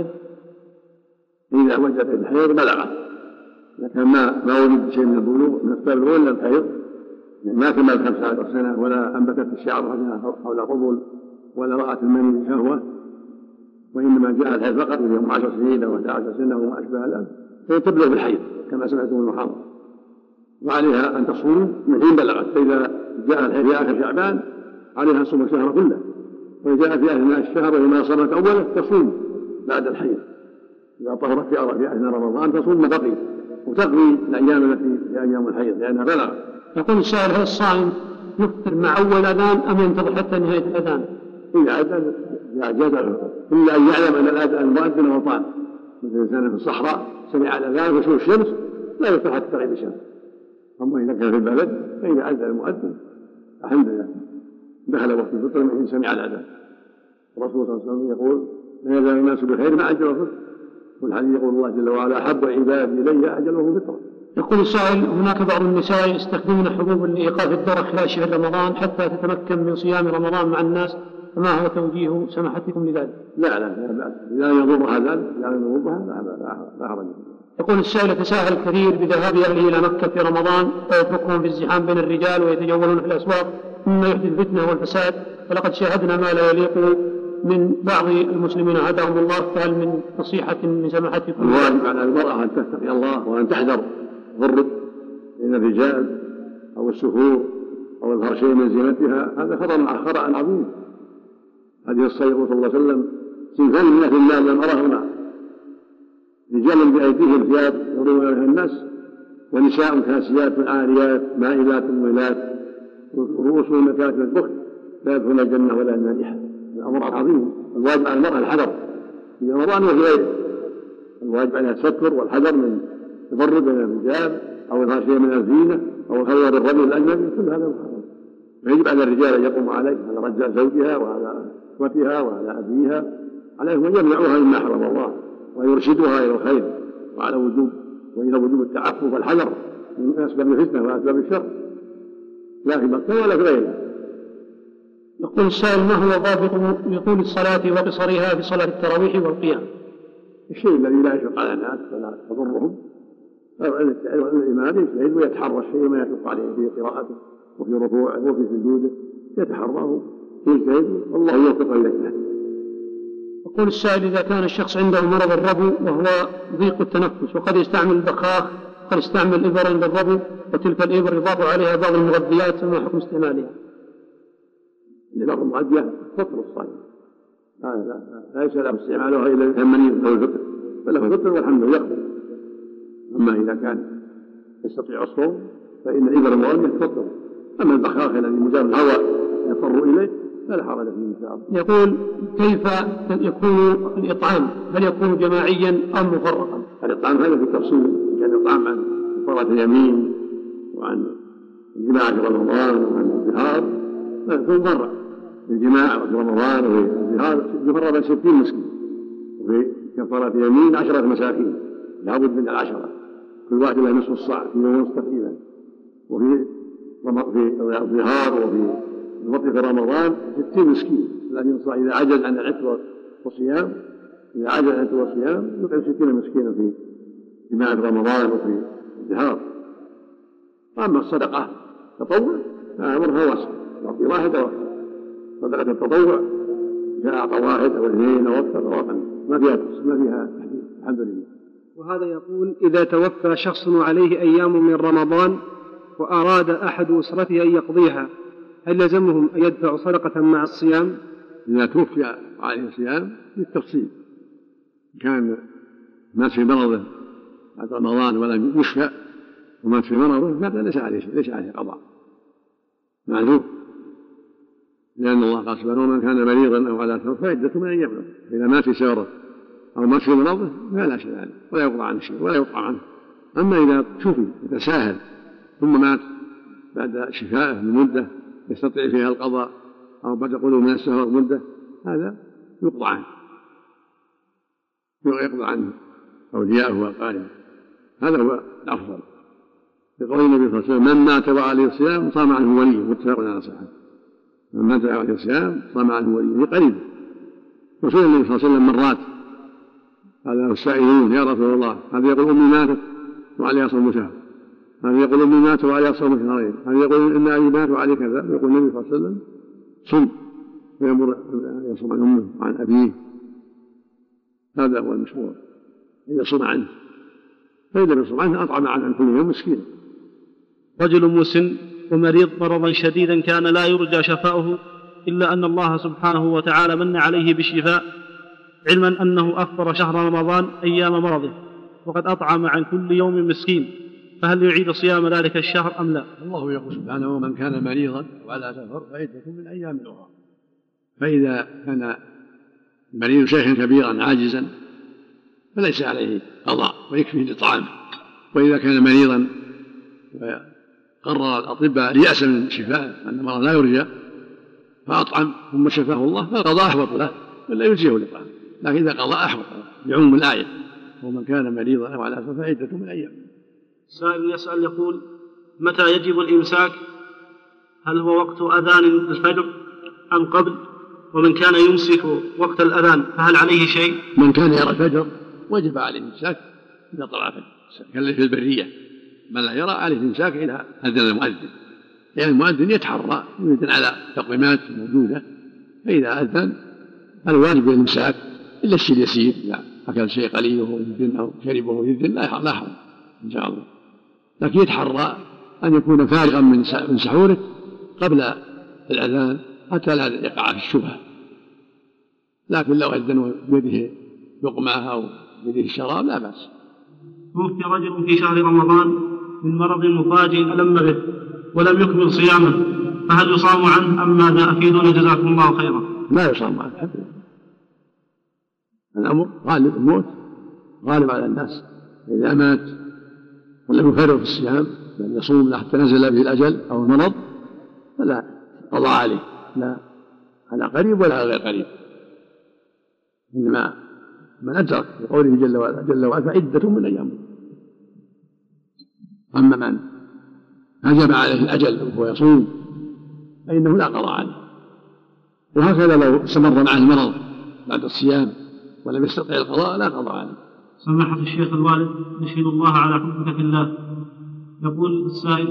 إذا وجدت الحيض بلغت، لكن ما ما وجد شيء من البلوغ من أسباب البلوغ إلا الحيض، ما كملت خمس عشرة سنة ولا أنبتت الشعر حول القبل ولا رأت المني شهوة، وإنما جاء الحيض فقط في يوم عشر سنين أو أحد عشر سنة وما أشبه ذلك، فهي تبلغ بالحيض كما سمعتم المحاضرة، وعليها أن تصوم من حين بلغت. فإذا جاء الحيض في آخر شعبان عليها صوم الشهر كله، وإذا جاء في أثناء الشهر وما صامت أوله تصوم بعد الحيض. إذا طهرت في أثناء رمضان تصوم ما بقي وتقضي الأيام التي هي أيام الحيض لأنها بلغت. يقول السائل: هل الصائم يفطر مع أول أذان أم ينتظر حتى نهاية الأذان؟ إذا أذن إذا جاز إلا أن يعلم أن الأذان المؤذن غلطان، مثل إنسان في الصحراء سمع الأذان وشوف الشمس لا يفتح حتى تغيب الشمس. أما إذا كان في البلد فإذا أذن المؤذن الحمد لله دخل وقت الفطر من حين سمع الأذان. الرسول صلى الله عليه وسلم يقول: لا يزال الناس بخير ما عجل الفطر، والحديث يقول الله جل وعلا: أحب عبادي إلي أجلهم فطرا. يقول السائل: هناك بعض النساء يستخدمون حبوب لإيقاف الدرق خلال شهر رمضان حتى تتمكن من صيام رمضان مع الناس، فما هو توجيه سماحتكم لذلك؟ لا لا لا بأس، لا يضرها ذلك، لا يضرها لا حرج. يقول السائل: يتساهل كثير بذهاب أهله إلى مكة في رمضان ويتركهم في الزحام بين الرجال ويتجولون في الأسواق مما يحدث الفتنة والفساد، فلقد شاهدنا ما لا يليق من بعض المسلمين هداهم الله، فهل من نصيحة من سماحتكم؟ الواجب على المرأة أن تتقي الله وأن تحذر التغرب بين الرجال أو السفور أو إظهار شيء من زينتها، هذا خطأ خطأ عظيم. حديث الصحيح صلى الله عليه وسلم: صنفان من أهل النار لم أرهما، رجال بأيديهم ثياب يضربون بها الناس، ونساء كاسيات عاريات مائلات مميلات رؤوسهم مكاتب البخل لا يدخلون الجنة ولا المانحة. الأمر عظيم، الواجب على المرأة الحذر في رمضان وفي غيره، الواجب عليها التستر والحذر من تفرد بين الرجال أو إظهار شيء من الزينة أو الخلوة بالرجل الأجنبي، كل هذا محرم. فيجب على الرجال أن يقوموا عليه، على رجاء زوجها وعلى إخوتها وعلى أبيها، عليهم أن يمنعوها مما حرم الله ويرشدوها إلى الخير وعلى وجوب وإلى وجوب التعفف والحذر من أسباب الفتنة وأسباب الشر، لا في مكة ولا في غيرها. يقول السائل: ما هو ضابط لطول الصلاة وقصرها في صلاة التراويح والقيام؟ الشيء الذي لا يشق على الناس فلا تضرهم، الإمام يجتهد ويتحرى الشيء ما يشق عليه في قراءته وفي ركوعه وفي سجوده، يتحراه ويجتهد والله يوفق إليه. يقول السائل: إذا كان الشخص عنده مرض الربو وهو ضيق التنفس وقد يستعمل البخاخ، قد يستعمل إبرا للربو وتلك الإبر يضاف عليها بعض المغذيات، فما حكم استعمالها؟ لبعض المعدية فطر الصائم، لا لا لا ليس له استعمالها إلا يتمني له الفطر، فله الفطر والحمد لله يقبل. أما إذا كان يستطيع الصوم فإن الإبر المغذية تفطر، أما البخاخ الذي مجرد الهواء يضطر إليه فلا حرج فيه إن شاء الله. يقول: كيف يكون الإطعام؟ هل يكون جماعيا أم مفرقا؟ الإطعام هذا في التفصيل، كان الإطعام عن كفارة اليمين وعن الجماع في رمضان وعن الزهار فيكون مفرق. الجماع في رمضان وفي الزهار يفرق بين ستين مسكين، وفي كفارة اليمين عشرة مساكين لابد من العشرة، كل واحد له نصف الصاع في يوم ونصف تقريبا. وفي في الظهار وفي الفطر في رمضان ستين مسكين، لكن إذا عجز عن العتق والصيام إذا عجز عن العتق والصيام يطعم ستين مسكينا في جماعة رمضان وفي الظهار. أما الصدقة تطوع فأمرها واسع، يعطي واحد أو أكثر. صدقة التطوع جاء أعطى واحد أو اثنين أو أكثر أو أقل، ما فيها ما فيها تحديد، الحمد لله. وهذا يقول: إذا توفى شخص وعليه أيام من رمضان وأراد أحد أسرته أن يقضيها، هل لزمهم أن يدفعوا صدقة مع الصيام؟ إذا توفي عليه الصيام بالتفصيل، كان مات في مرضه بعد رمضان ولم يشفى ومات في مرضه هذا ليس عليه ليس عليه قضاء، معذور، لأن الله قال سبحانه ومن كان مريضا أو على سفر فعدة من أيام، إذا مات في سفره أو مات في مرضه فلا شيء عليه ولا يقضى عنه شيء ولا يقطع عنه. أما إذا شفي يتساهل ثم مات بعد شفائه بمدة يستطيع فيها القضاء أو بعد قدوم من السفر مدة، هذا يقضى عنه يقضى عنه أولياءه وأقاربه، هذا هو الأفضل. لقول النبي صلى الله عليه وسلم من مات وعليه الصيام صام عنه وليه، متفق على صحته. من مات وعليه الصيام صام عنه وليه قريب. وسئل النبي صلى الله عليه وسلم مرات قال له السائلون يا رسول الله هذا يقول أمي ماتت وعليها صوم شهر، هذا يقول أمي مات وعليها صوم شهرين، هذا يقول إن أبي مات وعليه كذا. يقول النبي صلى الله عليه وسلم صم، ويأمر أن يصوم عن أمه وعن أبيه، هذا هو المشروع أن يصوم عنه، فإذا لم يصوم عنه أطعم عن كل يوم مسكين. رجل مسن ومريض مرضا شديدا كان لا يرجى شفاؤه إلا أن الله سبحانه وتعالى من عليه بالشفاء، علما أنه أفطر شهر رمضان أيام مرضه وقد أطعم عن كل يوم مسكين، فهل يعيد صيام ذلك الشهر أم لا؟ الله يقول سبحانه ومن كان مريضا وعلى سفر فعدة من أيام أخرى. فإذا كان مريض شيخا كبيرا عاجزا فليس عليه قضاء ويكفيه الإطعام، وإذا كان مريضا وقرر الأطباء ليأس من شفائه أن المرض لا يرجى فأطعم ثم شفاه الله فالقضاء أحوط له ولا يجزيه الإطعام، لكن إذا قضاء أحوط له لعموم الآية ومن كان مريضا أو على سفر فعدة من أيام. سائل يسأل يقول متى يجب الإمساك؟ هل هو وقت أذان الفجر أم قبل؟ ومن كان يمسك وقت الأذان فهل عليه شيء؟ من كان يرى الفجر وجب عليه الإمساك إذا طلع الفجر، كالذي في البرية من لا يرى عليه الإمساك إذا أذن المؤذن، لأن المؤذن يتحرى يؤذن على تقويمات موجودة، فإذا أذن الواجب الإمساك إلا الشيء اليسير، إذا أكل شيء قليل وهو يذن أو شربه يذن لا حرج إن شاء الله، لكن يتحرى أن يكون فارغا من سحوره قبل الأذان حتى لا يقع في الشبهة. لكن لو أذن بيده لقمة أو بيده الشراب لا بأس. توفي رجل في شهر رمضان من مرض مفاجئ ألم به ولم يكمل صيامه، فهل يصام عنه أم ماذا؟ أفيدونا جزاكم الله خيرا. لا يصام عنه حتى الأمر غالب، الموت غالب على الناس، إذا مات ولم يفرغ في الصيام بل يصوم حتى نزل به الأجل أو المرض فلا قضاء عليه، لا على قريب ولا على غير قريب، إنما من أدرك بقوله جل وعلا جل وعلا فعدة من أيام. أما من هجم عليه الأجل وهو يصوم فإنه لا قضاء عليه، وهكذا لو استمر معه المرض بعد الصيام ولم يستطع القضاء لا قضاء عليه. سماحة الشيخ الوالد نشهد الله على حبك في الله. يقول السائل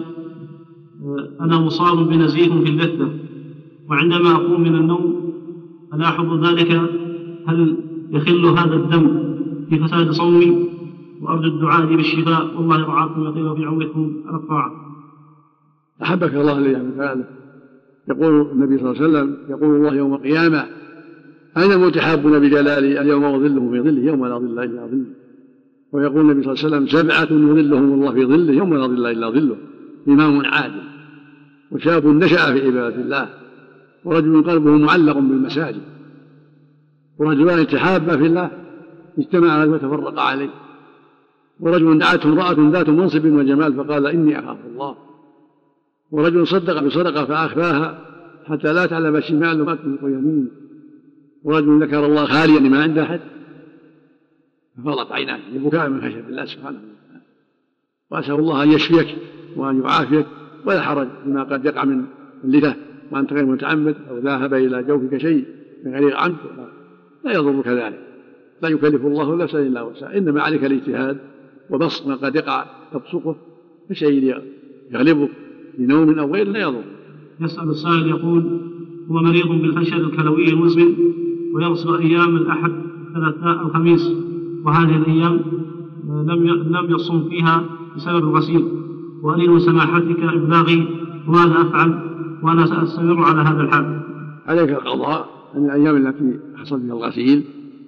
أنا مصاب بنزيف في اللثة وعندما أقوم من النوم ألاحظ ذلك، هل يخل هذا الدم في فساد صومي؟ وأرجو الدعاء لي بالشفاء والله يرعاكم ويطيل في عمركم على الطاعة. أحبك الله الذي يحبك هذا. يقول النبي صلى الله عليه وسلم يقول الله يوم القيامة أين المتحابون بجلالي اليوم أظله في ظله يوم لا ظل إلا ظله. ويقول النبي صلى الله عليه وسلم سبعة يظلهم الله في ظله يوم لا ظل إلا ظله، إمام عادل وشاب نشأ في عبادة الله ورجل قلبه معلق بالمساجد ورجلان تحابا في الله اجتمعا وتفرقا عليه ورجل دعته امرأة ذات منصب وجمال فقال إني أخاف الله ورجل صدق بصدقة فأخفاها حتى لا تعلم شماله ما تنفق يمينه ورجل ذكر الله خاليا ما عنده أحد ففاضت عيناه ببكاء من خشية الله سبحانه وتعالى. وأسأل الله أن يشفيك وأن يعافيك ولا حرج بما قد يقع من اللثة وأنت غير متعمد أو ذاهب إلى جوفك شيء من غير عمد لا يضرك ذلك، لا يكلف الله نفسا إلا وسعها، إنما عليك الاجتهاد وبسط ما قد يقع تبصقه بشيء يغلبك بنوم أو غير لا يضر. يسأل السائل يقول هو مريض بالفشل الكلوي المزمن ويغسل أيام الأحد الثلاثاء الخميس وهذه الأيام لم لم يصوم فيها بسبب الغسيل، وأريد سماحتك إبلاغي وماذا أفعل وأنا سأستمر على هذا الحال. عليك القضاء عن الأيام التي حصل فيها الغسيل،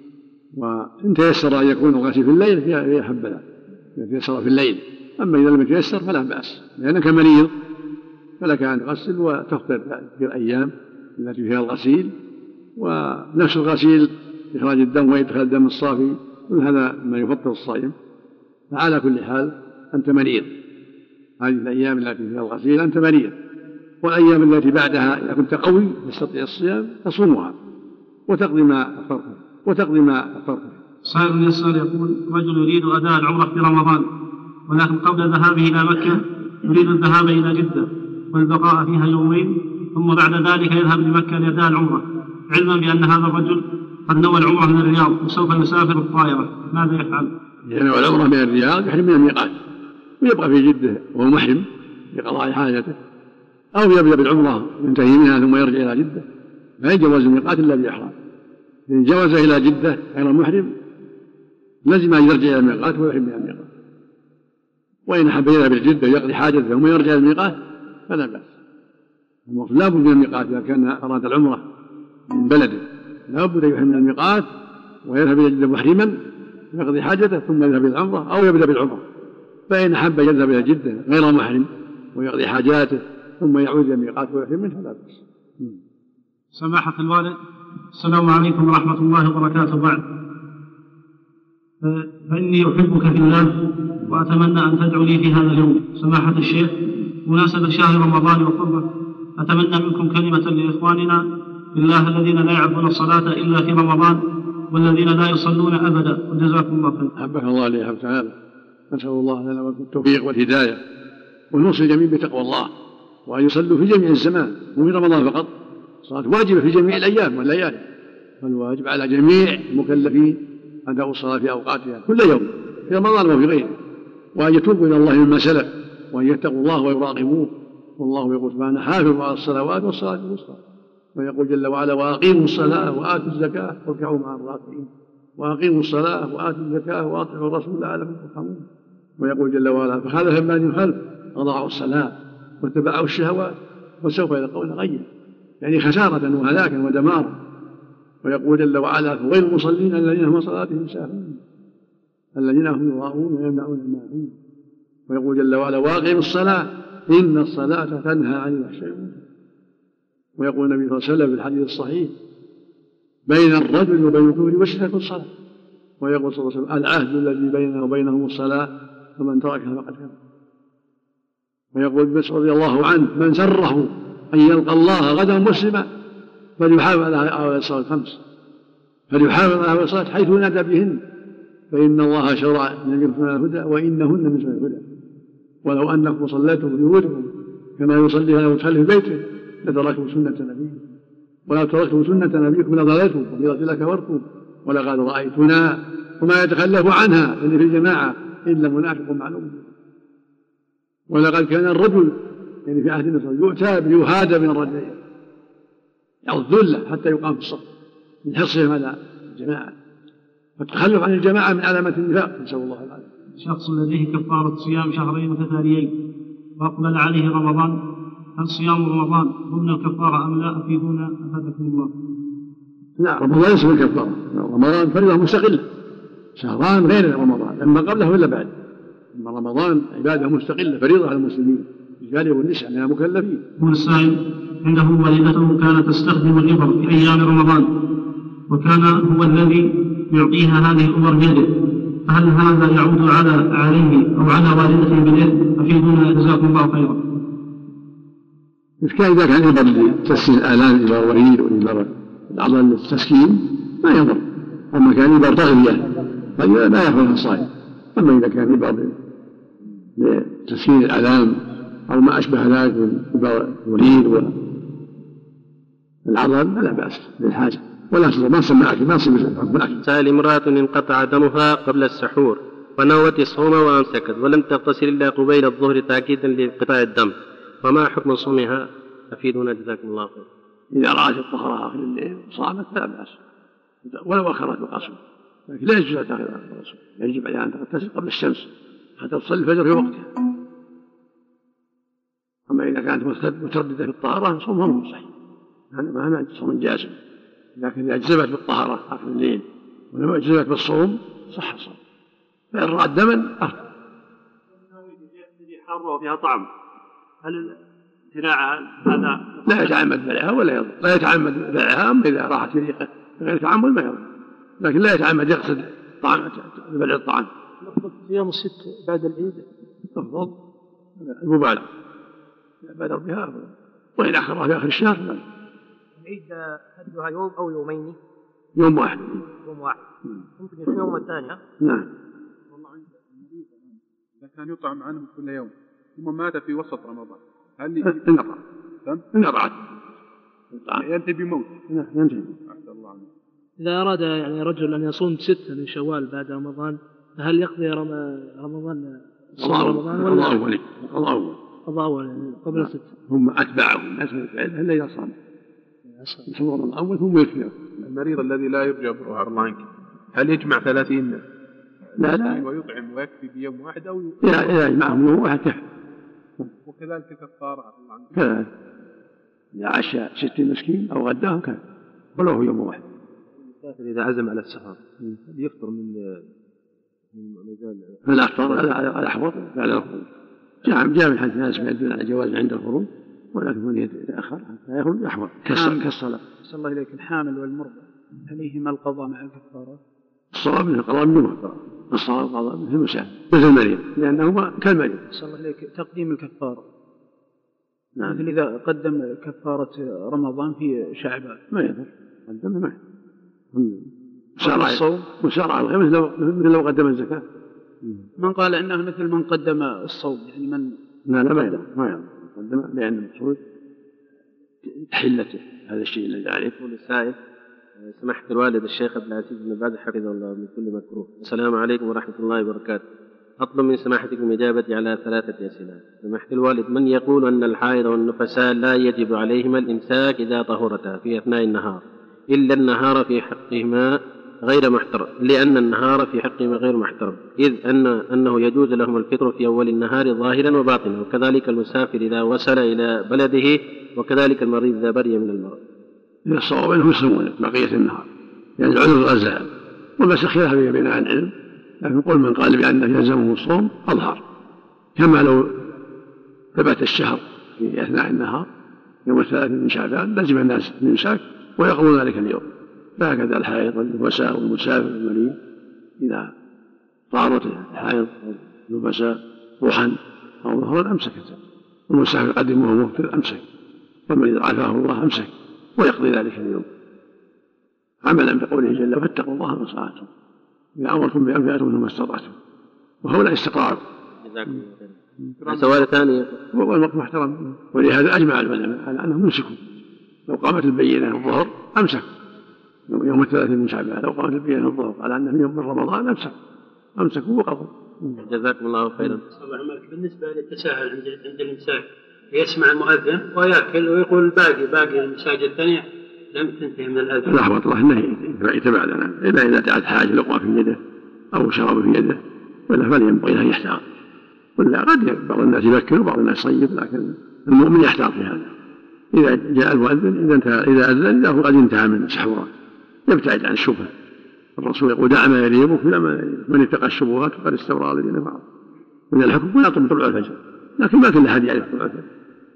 وإن تيسر أن يكون الغسيل في الليل فهي حبذا إذا تيسر في الليل، أما إذا لم يتيسر فلا بأس لأنك مريض فلك أن تغسل وتفطر في الأيام التي فيها الغسيل، ونفس الغسيل إخراج الدم وإدخال الدم الصافي، كل هذا ما يفطر الصائم. فعلى كل حال أنت مريض، هذه الأيام التي فيها الغسيل أنت مريض، والأيام التي بعدها إذا كنت قوي تستطيع الصيام تصومها وتقضي ما أفطرت وتقضي ما أفطرت. سائل يسأل يقول: رجل يريد أداء العمرة في رمضان، ولكن قبل ذهابه إلى مكة يريد الذهاب إلى جدة والبقاء فيها يومين، ثم بعد ذلك يذهب لمكة لأداء العمرة، علما بأن هذا الرجل قد نوى العمرة من الرياض وسوف يسافر بالطائرة، ماذا يفعل؟ إذا نوى العمرة من الرياض يحرم من الميقات ويبقى في جدة وهو محرم لقضاء حاجته، أو يبدأ بالعمرة ينتهي منها ثم يرجع إلى جدة، لا يجوز الميقات إلا بإحرام. إن جوز إلى جدة غير محرم لازم أن يرجع إلى الميقات ويحرم من الميقات، وإن أحب يذهب إلى جدة ويقضي حاجته ثم يرجع إلى الميقات فلا بأس. المقصود لا بد من الميقات إذا كان أراد العمرة من بلده، لا بد أن يحرم من الميقات ويذهب إلى جدة محرما يقضي حاجته ثم يذهب إلى العمرة، أو يبدأ بالعمرة. فإن أحب يذهب إلى جدة غير محرم ويقضي حاجاته ثم يعود إلى الميقات ويحرم منه فلا بأس. سماحة الوالد، السلام عليكم ورحمة الله وبركاته. بعد فإني أحبك في الله وأتمنى أن تدعو لي في هذا اليوم. سماحة الشيخ، مناسبة شهر رمضان وقربه، أتمنى منكم كلمة لإخواننا في الله الذين لا يعرفون الصلاة إلا في رمضان والذين لا يصلون أبدا، وجزاكم الله خير. أحبك الله لي تعالى، نسأل الله لنا ولكم التوفيق والهداية ونوصي الجميع بتقوى الله، وأن يصلوا في جميع الزمان مو في رمضان فقط. الصلاة واجبة في جميع الأيام والليالي، فالواجب على جميع المكلفين أداء الصلاة في أوقاتها كل يوم في رمضان وفي غيره، وأن يتوبوا إلى الله مما سلف، وأن يتقوا الله ويراقبوه. والله يقول سبحانه: حافظوا على الصلوات والصلاة الوسطى. ويقول جل وعلا: وأقيموا الصلاة وآتوا الزكاة واركعوا مع الراكعين. وأقيموا الصلاة وآتوا الزكاة وأطيعوا الرسول لعلكم ترحمون. ويقول جل وعلا: فخلف من بعدهم خلف أضاعوا الصلاة واتبعوا الشهوات وسوف يلقون غيا، يعني خسارة وهلاكا ودمارا. ويقول جل وعلا: فويل المصلين الذين هم صلاتهم ساهون الذين هم يراءون ويمنعون الماعون. ويقول جل وعلا: واقيموا الصلاة إن الصلاة تنهى عن الفحشاء والمنكر. ويقول النبي صلى الله عليه وسلم في الحديث الصحيح: بين الرجل وبين الكفر والشرك الصلاة. ويقول صلى الله عليه وسلم: العهد الذي بيننا وبينهم الصلاة فمن تركها فقد كفر. ويقول ابن مسعود رضي الله عنه: من سره أن يلقى الله غدا مسلما فليحافظ على الصلاة الخمس فليحافظ على الصلاة حيث نادى بهن، فإن الله شرع من الهدى وإنهن من الهدى. ولو أنكم صليتم في بيوتكم كما يصلي لو تصلي في بيته لتركتم سنة نبيكم، ولو تركتم سنة نبيكم لضللتم وفي لكفرتم ولقد رأيتنا وما يتخلف عنها يعني في الجماعة إلا منافق معلوم. ولقد كان الرجل يعني في عهد النبي يؤتى بيهادى من الرجلين يعض ذله حتى يقام في الصف من حرصهم على الجماعة، فالتخلف عن الجماعة من علامة النفاق، نسأل الله العافية. شخص لديه كفارة صيام شهرين متتاليين وأقبل عليه رمضان، هل صيام رمضان ضمن الكفارة أم لا؟ أفيدونا أفادكم الله. لا، رمضان ليس بالكفارة، رمضان فريضة مستقلة، شهران غير رمضان، إما قبله ولا بعد. أما رمضان عبادة مستقلة فريضة على المسلمين الرجال والنساء من المكلفين. والسائل عنده والدته كانت تستخدم الإبر في أيام رمضان وكان هو الذي يعطيها هذه الأمور بيده، فهل هذا يعود على عليه أو على والدته بالإثم؟ أفيدونا جزاكم الله خيرا. إذا كان إذا كان إبر لتسكين الآلام إبر وريد وإبر الأعضاء للتسكين ما يضر، أما كان إبر تغذية فلا يأخذها الصائم. أما إذا كان إبر لتسكين الآلام أو ما أشبه ذلك من إبر الوريد والعضل فلا بأس للحاجة ولا تصير ما سمعك ما تصير بالأكل. سأل امرأة انقطع دمها قبل السحور ونوت الصوم وأمسكت ولم تغتسل إلا قبيل الظهر تأكيدا لانقطاع الدم، فما حكم صومها؟ أفيدونا جزاكم الله خير. إذا رأت الطهر آخر الليل صامت فلا بأس ولو أخرت القصر، لكن لا يجوز تأخير القصر، يجب عليها أن تغتسل قبل الشمس حتى تصلي الفجر في وقتها. أما إذا كانت مترددة في الطهارة صومها مو صحيح، هذا ما صوم جازم، لكن إذا أجزمت بالطهارة آخر الليل ولم أجزمت بالصوم صح الصوم، فإن رأت دما أفضل. حارة وفيها طعم، هل امتناع هذا لا يتعمد بيعها ولا يضر، لا يتعمد بيعها، أما إذا راحت في ريقه بغير تعمد ما يضر، لكن لا يتعمد يقصد طعام بلع الطعام. صيام الست بعد العيد أفضل المبالغة بادر بها، وإن أخرها في آخر الشهر لا. العيد حدها يوم أو يومين؟ يوم واحد. يوم واحد. ممكن يكون يوم الثاني. نعم. والله عند المريض إذا كان يطعم عنه كل يوم ثم مات في وسط رمضان هل انقطع؟ انقطعت. ينتهي بموت. نعم ينتهي. أحسن الله عنه. إذا أراد يعني رجل أن يصوم ستة من شوال بعد رمضان فهل يقضي رمضان صوم رمضان ولا قضاء أول؟ قضاء أول. قضاء أول يعني قبل ستة. هم أتباعهم الناس من الفعل إلا إذا صام. صوم رمضان الأول ثم يكفي. المريض الذي لا يرجى برؤها الله عنك هل يجمع ثلاثين لا لا ويطعم ويكفي بيوم واحد أو إذا يجمعهم يوم واحد كفى. وكذلك كفارة الله عنك كذلك إذا عشى ستين مسكين أو غداهم كان ولو يوم واحد. المسافر إذا عزم على السفر يفطر من من مجال فلا أفطر على أحوط على الخروج. جاء جاء من حديث ناس يدل على جواز عند الخروج، ولكن من يتأخر حتى يخرج أحوط كالصلاة. صلى الله إليك الحامل والمرضى عليهما القضاء مع الكفارة؟ الصواب من القضاء بدون كفارة، الصواب القضاء مثل المسافر مثل المريض لأنه كالمريض. صلى الله إليك تقديم الكفارة. نعم. مثل إذا قدم كفارة رمضان في شعبان ما يضر، قدم ما مسارع الصوم مسارع الغير مثل لو مثل لو قدم الزكاة. من قال إنه مثل من قدم الصوم يعني من لا لا ما يضر ما يضر قدم لأن المقصود تحلته هذا الشيء الذي عليه. يقول السائل: سماحة الوالد الشيخ عبد العزيز بن باز حفظه الله من كل مكروه. السلام عليكم ورحمة الله وبركاته. أطلب من سماحتكم إجابتي على ثلاثة أسئلة. سماحة الوالد، من يقول أن الحائض والنفساء لا يجب عليهما الإمساك إذا طهرتا في أثناء النهار إلا النهار في حقهما غير محترم، لأن النهار في حقهما غير محترم، إذ أن أنه يجوز لهم الفطر في أول النهار ظاهرا وباطنا، وكذلك المسافر إذا وصل إلى بلده، وكذلك المريض إذا برئ من المرض. إذا الصواب أنهم يصومون بقية النهار يعني العذر غزال، وبس خلاف بين أهل العلم، لكن قل من قال بأنه يلزمه الصوم أظهر، كما لو ثبت الشهر في أثناء النهار يوم الثلاثين من شعبان لزم الناس الإمساك ويقضون ذلك اليوم. فهكذا الحائض والنفساء والمسافر والمريض إذا طارت الحائض والنفساء روحا أو ظهرا أمسكت، والمسافر قدم وهو مفطر أمسك، والمريض عافاه الله أمسك ويقضي ذلك اليوم عملا بقوله جل: فاتقوا الله ما استطعتم، إذا أمركم بأمر فأتوا منه ما استطعتم، وهؤلاء استطاعوا. سؤال ثاني: والوقت محترم، ولهذا أجمع العلماء على أنهم يمسكون. لو قامت البينة الظهر أمسك يوم الثلاثين من شعبان، لو قامت البينة الظهر على أنه يوم من رمضان أمسك أمسكوا وقضوا. جزاكم الله خيرا. بالنسبة للتساهل عند الإمساك، يسمع المؤذن ويأكل ويقول باقي باقي المساجد الثانية لم تنتهي من الأذان. لا أحبط الله النهي يتبادل إلا إذا تعد حاجة لقمة في يده أو شراب في يده، ولا فلينبغي أن يحتاط، ولا قد بعض الناس يبكر وبعض الناس يصيب، لكن المؤمن يحتاط في هذا. إذا جاء المؤذن إذا انتهى إذا أذن إذا هو قد انتهى من سحوره يبتعد عن الشبهة. الرسول يقول: دع ما يريبك إلى ما يريبك، من اتقى الشبهات فقد استبرأ الذين فعلوا. من الحكم يطلب طلوع الفجر، لكن ما كل أحد يعرف طلوع الفجر.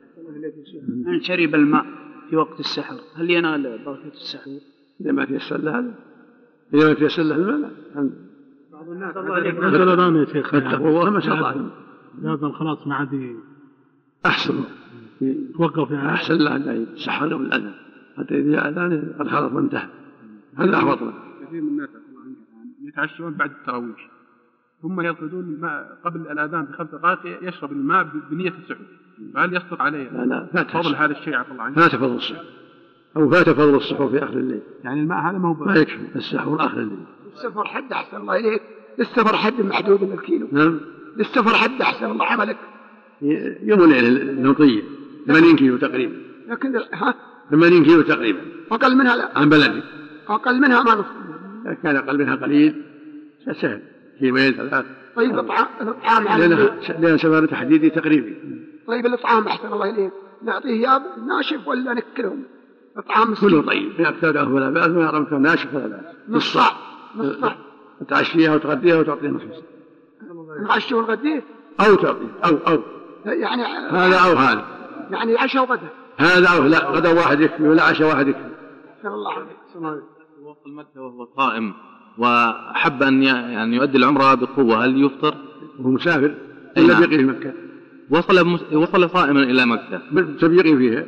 من شرب الماء في وقت السحر هل ينال بركة السحور؟ إذا ما تيسر له هذا، إذا ما تيسر له الماء لا. بعض الناس مثلا الآن يا شيخ فاتقوا الله ما استطعتم. هذا خلاص ما عاد أحسن توقف يعني أحسن له أن يسحر قبل الأذان حتى إذا جاء الأذان قد خلص وانتهى، هذا أحوط له. كثير من الناس يتعشون بعد التراويح ثم يرقدون الماء قبل الأذان بخمس دقائق يشرب الماء بنية السحور، فهل يصدق عليه لا لا فات فضل هذا الشيء عفى الله عنك؟ فات فضل السحور أو فات فضل السحور في آخر الليل، يعني الماء هذا ما هو ما يكفي السحور آخر الليل. السفر حد أحسن الله إليك، السفر حد محدود من الكيلو. نعم السفر حد أحسن الله عملك يوم الليل نوطية ثمانين كيلو تقريبا، لكن ها ثمانين كيلو تقريبا أقل منها لا عن بلدي، أقل منها ما نصف، كان أقل منها قليل سهل كيلوين ثلاث. طيب الإطعام الإطعام لأن سفر تحديدي تقريبي. طيب الإطعام أحسن الله إليك نعطيه ياب ناشف ولا نكلهم؟ إطعام كله طيب في أكثره ولا بأس، ما رمته ناشف ولا بأس. نص صاع نص صاع تعشيها وتغديها وتعطيها نصف نعشيه ونغديه أو تعطيه أو أو يعني هذا أو هذا يعني عشاء وغدا. هذا لا، غدا واحد يكفي ولا عشاء واحد يكفي. صلى الله عليه وسلم. وقت المكة وهو صائم وحب أن يعني يؤدي العمرة بقوة، هل يفطر؟ وهو مسافر إلا بيقي في مكة. وصل مس... وصل صائما إلى مكة بيقي فيها،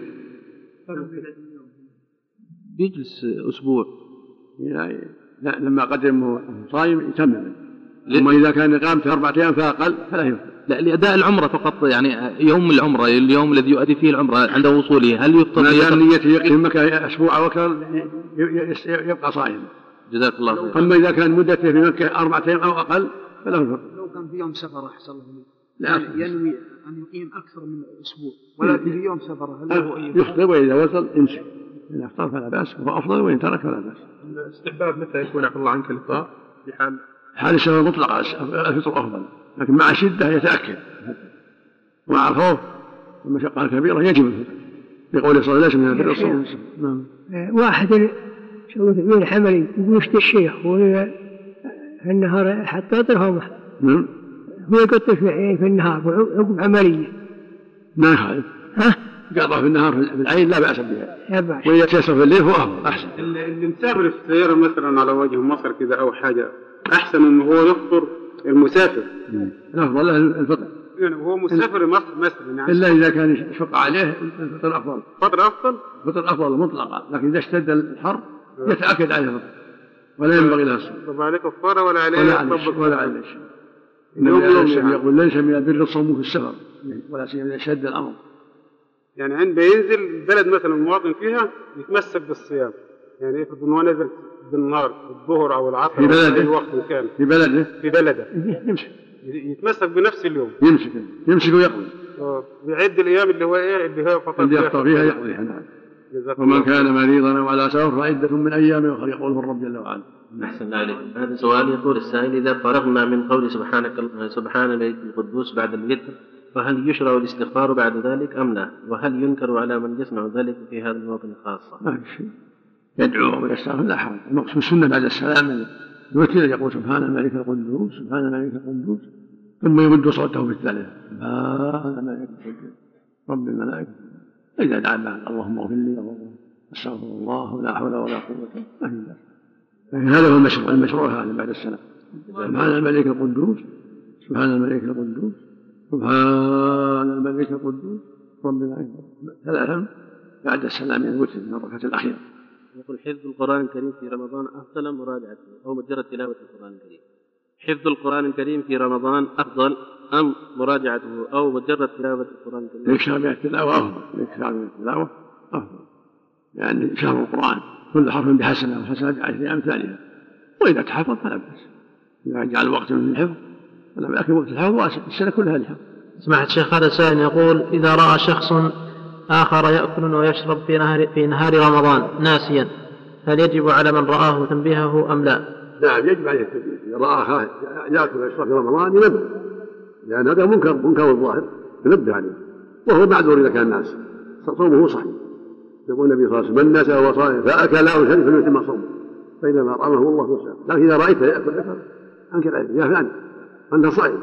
بيجلس أسبوع. يعني لا، لما قدم صايم يتمم. ثم إذا كان إقامته أربعة أيام فأقل فلا يفطر. لا، لأداء العمرة فقط، يعني يوم العمرة، اليوم الذي يؤدي فيه العمرة عند وصوله، هل يفطر؟ ما كان نيته يقي في مكة أسبوع أو أكثر يبقى صائم. جزاك الله خير. أما إذا كان مدته في مكة أربعة أيام أو أقل فلا يفطر. لو كان في يوم سفر أحسن الله لا، ينوي أن يقيم أكثر من أسبوع ولكن في يوم سفر هل له أي يفطر؟ وإذا وصل يمسك، إن أفطر فلا بأس، وهو أفضل، وإن ترك فلا بأس. الاستحباب متى يكون عفى الله عنك الإفطار؟ في حال حال السفر مطلقة الفطر أفضل، لكن مع شدة يتأكد، ومع الخوف والمشقة الكبيرة يجب الفطر، بقول صلى الله عليه وسلم البر والصوم. نعم. واحد سوى تمرين حملي يقول الشيخ وهي في النهار حتى طرفه نعم. هو يقطع في النهار وعقب عملية ما يخالف. ها؟ قطع في النهار في العين لا بأس بها. لا بأس. وإذا تيسر في الليل فهو أفضل أحسن. اللي مسافر في السيارة مثلا على وجه مصر كذا أو حاجة أحسن إنه هو يفطر المسافر. الأفضل له الفطر. يعني هو مسافر مصر مثلا يعني. إلا إذا كان يشق عليه الفطر أفضل. الفطر أفضل؟ الفطر أفضل مطلقا، لكن إذا اشتد الحر يتأكد عليه الفطر ولا ينبغي له الصوم. طب عليه كفارة ولا عليه ولا عليه ولا عليه شيء. النبي عليه الصلاة يقول ليس من البر الصوم في السفر ولا سيما إذا شد الأمر. يعني عند ينزل البلد مثلا المواطن فيها يتمسك بالصيام، يعني يفرض إنه نزل بالنهار الظهر أو العصر في بلده، أي وقت كان في بلده في بلده يمسك يتمسك بنفس اليوم، يمسك يمسك ويقضي، ويعد الأيام اللي هو إيه اللي هو فطر اللي يفطر فيها يقضي. ومن كان مريضا أو على سفر فعدة من أيام أخرى، يقول الرب جل وعلا. أحسن عليك. هذا سؤال يقول السائل: إذا فرغنا من قول سبحانك سبحان الملك القدوس بعد الوتر فهل يشرع الاستغفار بعد ذلك أم لا؟ وهل ينكر على من يصنع ذلك في هذا الموطن خاصة؟ ما في شيء، يدعو ويستغفر لا حرج. المقصود السنة بعد السلام الوتر يقول سبحان الملك القدوس سبحان الملك القدوس، ثم يمد صوته بالثالث سبحان الملك القدوس رب الملائكة. إذا دعا بعد اللهم اغفر لي اللهم استغفر الله ولا حول ولا قوة ما في ذلك. لكن هذا هو المشروع، المشروع هذا بعد السلام سبحان الملك القدوس سبحان الملك القدوس سبحان الملك القدوس رب العالمين ثلاثا بعد السلام من الوتر من الركعة الأخيرة. يقول: حفظ القرآن الكريم في رمضان أفضل أم مراجعته أو مجرد تلاوة القرآن الكريم؟ حفظ القرآن الكريم في رمضان أفضل أم مراجعته أو مجرد تلاوة القرآن الكريم؟ الإكثار من التلاوة أفضل، الإكثار من التلاوة أفضل، يعني شهر القرآن كل حرف بحسنة وحسنة بعشر أمثالها، وإذا تحفظ فلا بأس. إذا جعل وقت من الحفظ فلا بأس، وقت الحفظ واسع السنة كلها لحفظ. سمعت الشيخ هذا السائل يقول: إذا رأى شخص آخر يأكل ويشرب في نهار في نهار رمضان ناسيا، هل يجب على من رآه تنبيهه أم لا؟ نعم يجب عليه التنبيه. إذا رأى أخاه يأكل ويشرب في رمضان ينبه، لأن هذا منكر منكر الظاهر، ينبه عليه، وهو معذور إذا كان ناس صومه صحيح. يقول النبي صلى الله عليه وسلم: من نسى وهو صائم فأكل أو شرب فليتم صومه فإنما أطعمه الله وسلم. لكن إذا رأيته يأكل ويشرب أنكر عليه يا فلان أنت صائم.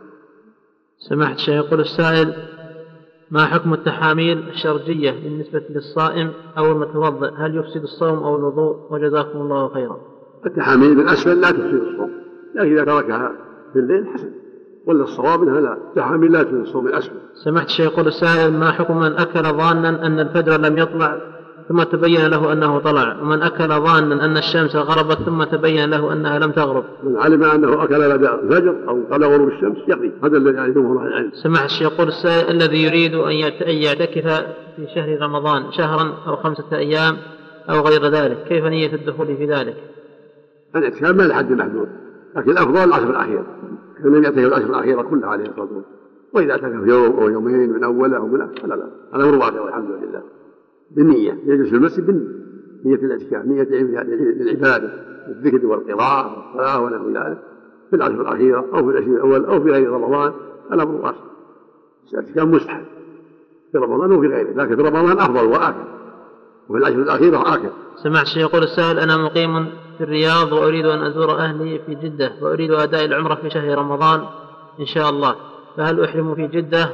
سمعت الشيخ يقول السائل: ما حكم التحاميل الشرجية بالنسبة للصائم أو المتوضئ؟ هل يفسد الصوم أو الوضوء؟ وجزاكم الله خيرا. التحاميل بالأسفل لا تفسد الصوم، لكن إذا تركها في الليل حسن، ولا الصواب منها لا، التحاميل لا تفسد الصوم الأسفل. سمعت الشيخ يقول السائل: ما حكم من أكل ظانا أن الفجر لم يطلع ثم تبين له أنه طلع، ومن أكل ظانا أن الشمس غربت ثم تبين له أنها لم تغرب؟ من علم أنه أكل بعد الفجر أو قبل غروب الشمس يقضي، هذا الذي يعلمه أهل العلم. سمعت الشيخ يقول السائل: الذي يريد أن يعتكف في شهر رمضان شهرا أو خمسة أيام أو غير ذلك، كيف نية الدخول في ذلك؟ الاعتكاف ما لحد محدود، لكن الأفضل العشر الأخيرة، كان يعتكف العشر الأخيرة كلها عليه الصلاة والسلام، وإذا اعتكف يوم أو يومين من أوله أو من آخره فلا لا، هذا أمر واقع والحمد لله. بالنية يجلس في المسجد بالنية، نية الاعتكاف، نية للعبادة الذكر والقراءة والصلاة ونحو ذلك في العشر الأخيرة أو في العشرين الأول أو في غير رمضان، الأمر واسع. الاعتكاف مستحب في رمضان وفي غيره، لكن في رمضان أفضل وآكل، وفي العشر الأخيرة آكل. سمعت الشيخ يقول السائل: أنا مقيم في الرياض وأريد أن أزور أهلي في جدة وأريد أداء العمرة في شهر رمضان إن شاء الله، فهل أحرم في جدة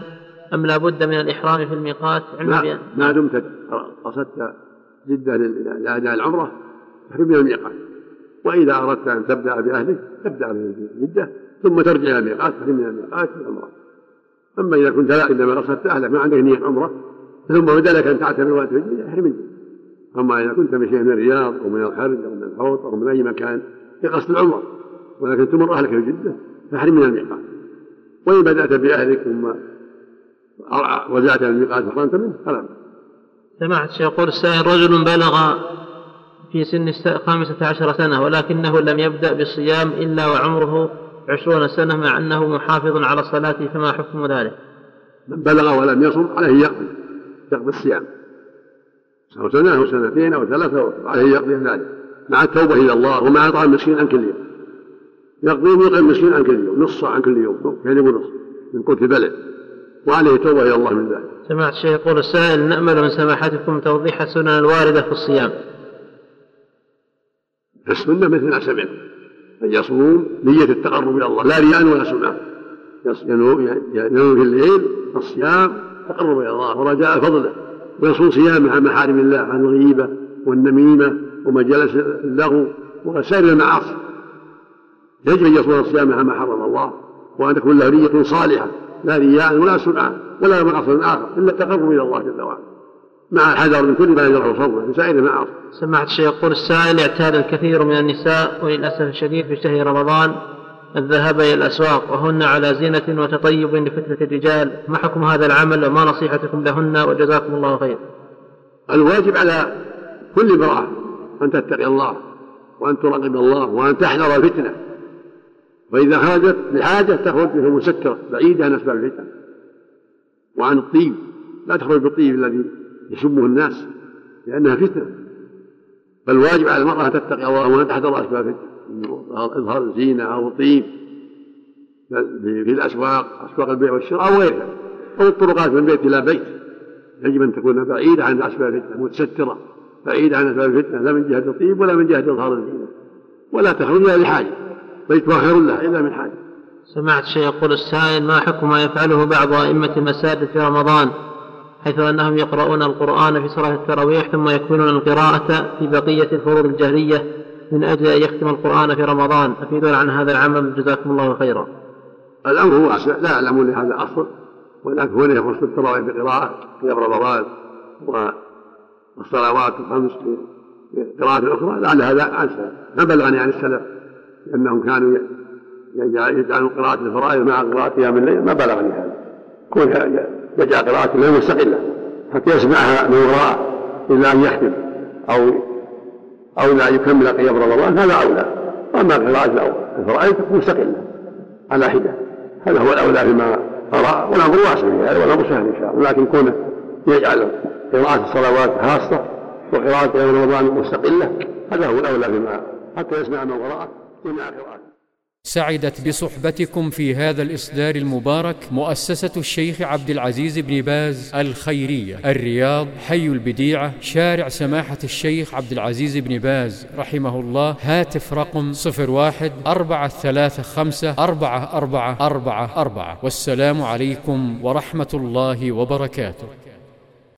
أم لا بد من الإحرام في الميقات؟ ما, ما دمت قصدت جدة لأداء العمرة تحرم من الميقات، وإذا أردت أن تبدأ بأهلك تبدأ بجدة ثم ترجع إلى الميقات تحرم من الميقات في العمرة. أما إذا كنت لا عندما قصدت أهلك ما عندك نية عمرة ثم بدا لك أن تعتمر وأنت في جدة احرم منه. أما إذا كنت مشي من الرياض أو من الخرج أو من الحوض أو من أي مكان لقصد العمرة ولكن تمر أهلك في جدة فاحرم من الميقات. وإن بدأت بأهلك ثم وزعت الميقات فقرنت منه فلا. سمعت يقول السائل: رجل بلغ في سن خامسة عشر سنة ولكنه لم يبدأ بالصيام إلا وعمره عشرون سنة مع أنه محافظ على صلاته، فما حكم ذلك؟ من بلغ ولم يصم عليه يقضي يقضي الصيام أو سنة أو سنتين أو ثلاثة عليه يقضي ذلك مع التوبة إلى الله ومع إطعام مسكين عن كل يوم. يقضي ويطعم مسكين عن كل يوم نص عن كل يوم يعني ونص من قوت البلد وعليه توبة إلى الله من ذلك. سمعت شيء يقول السائل: نأمل من سماحتكم توضيح السنن الواردة في الصيام. السنة مثل ما سمعت أن يصوم نية التقرب إلى الله لا رياء ولا سمعة، ينوي في الليل الصيام تقرب إلى الله ورجاء فضله، ويصوم صيام مع محارم الله عن الغيبة والنميمة ومجالس اللغو وسائر المعاصي. يجب أن يصوم الصيام مع ما حرم الله وأن تكون له نية صالحة لا رياء ولا سمعة ولا مقصد آخر إلا التقرب إلى الله جل وعلا مع الحذر من كل ما يجرح صومه من سائر المعاصي. سمعت الشيخ يقول السائل: اعتاد الكثير من النساء وللأسف الشديد في شهر رمضان الذهاب إلى الأسواق وهن على زينة وتطيب لفتنة الرجال، ما حكم هذا العمل وما نصيحتكم لهن وجزاكم الله خير؟ الواجب على كل امرأة أن تتقي الله وأن تراقب الله وأن تحذر الفتنة، وإذا خرجت لحاجة تخرج بها مسكرة بعيدة عن أسباب الفتن وعن الطيب، لا تخرج بالطيب الذي يسمه الناس لأنها فتنة. فالواجب على المرأة أن تتقي الله وأن تحذر أسباب الفتنة، إظهار الزينة أو الطيب في الأسواق أسواق البيع والشراء أو غيرها أو الطرقات من بيت إلى بيت. يجب أن تكون بعيدة عن أسباب الفتنة متسترة بعيدة عن أسباب الفتنة لا من جهة الطيب ولا من جهة إظهار الزينة، ولا تخرج إلا لحاجة بيتها خير لها إلا من حاجة. سمعت شيء يقول السائل: ما حكم ما يفعله بعض أئمة المساجد في رمضان حيث أنهم يقرؤون القرآن في صلاة التراويح ثم يكملون القراءة في بقية الفروض الجهرية من أجل أن يختم القرآن في رمضان؟ أفيدون عن هذا العمل جزاكم الله خيرا. الأمر هو واسع لا أعلم لهذا أصل، ولكن هنا يخص التراويح بقراءة في رمضان والصلوات الخمس بقراءة أخرى لعل هذا أنسى. ما بلغني عن السلف لأنهم كانوا يجعلون قراءة الفرائض مع قراءتها من الليل، ما بلغني هذا. كون يجعل قراءة الليل مستقلة حتى يسمعها من وراء إلا أن يختم أو أو لا يكمل قيام رمضان هذا أولى. وأما قراءة الفرائض تكون مستقلة على حدة، هذا هو الأولى فيما أرى، والأمر واسع في هذا والأمر سهل إن شاء الله. لكن كونه يجعل قراءة الصلوات خاصة وقراءة قيام رمضان مستقلة هذا هو الأولى فيما حتى يسمع من وراءه جميع قراءته. سعدت بصحبتكم في هذا الإصدار المبارك مؤسسة الشيخ عبد العزيز بن باز الخيرية، الرياض، حي البديعة، شارع سماحة الشيخ عبد العزيز بن باز رحمه الله. هاتف رقم صفر واحد أربعة ثلاثة خمسة أربعة أربعة أربعة أربعة. والسلام عليكم ورحمة الله وبركاته.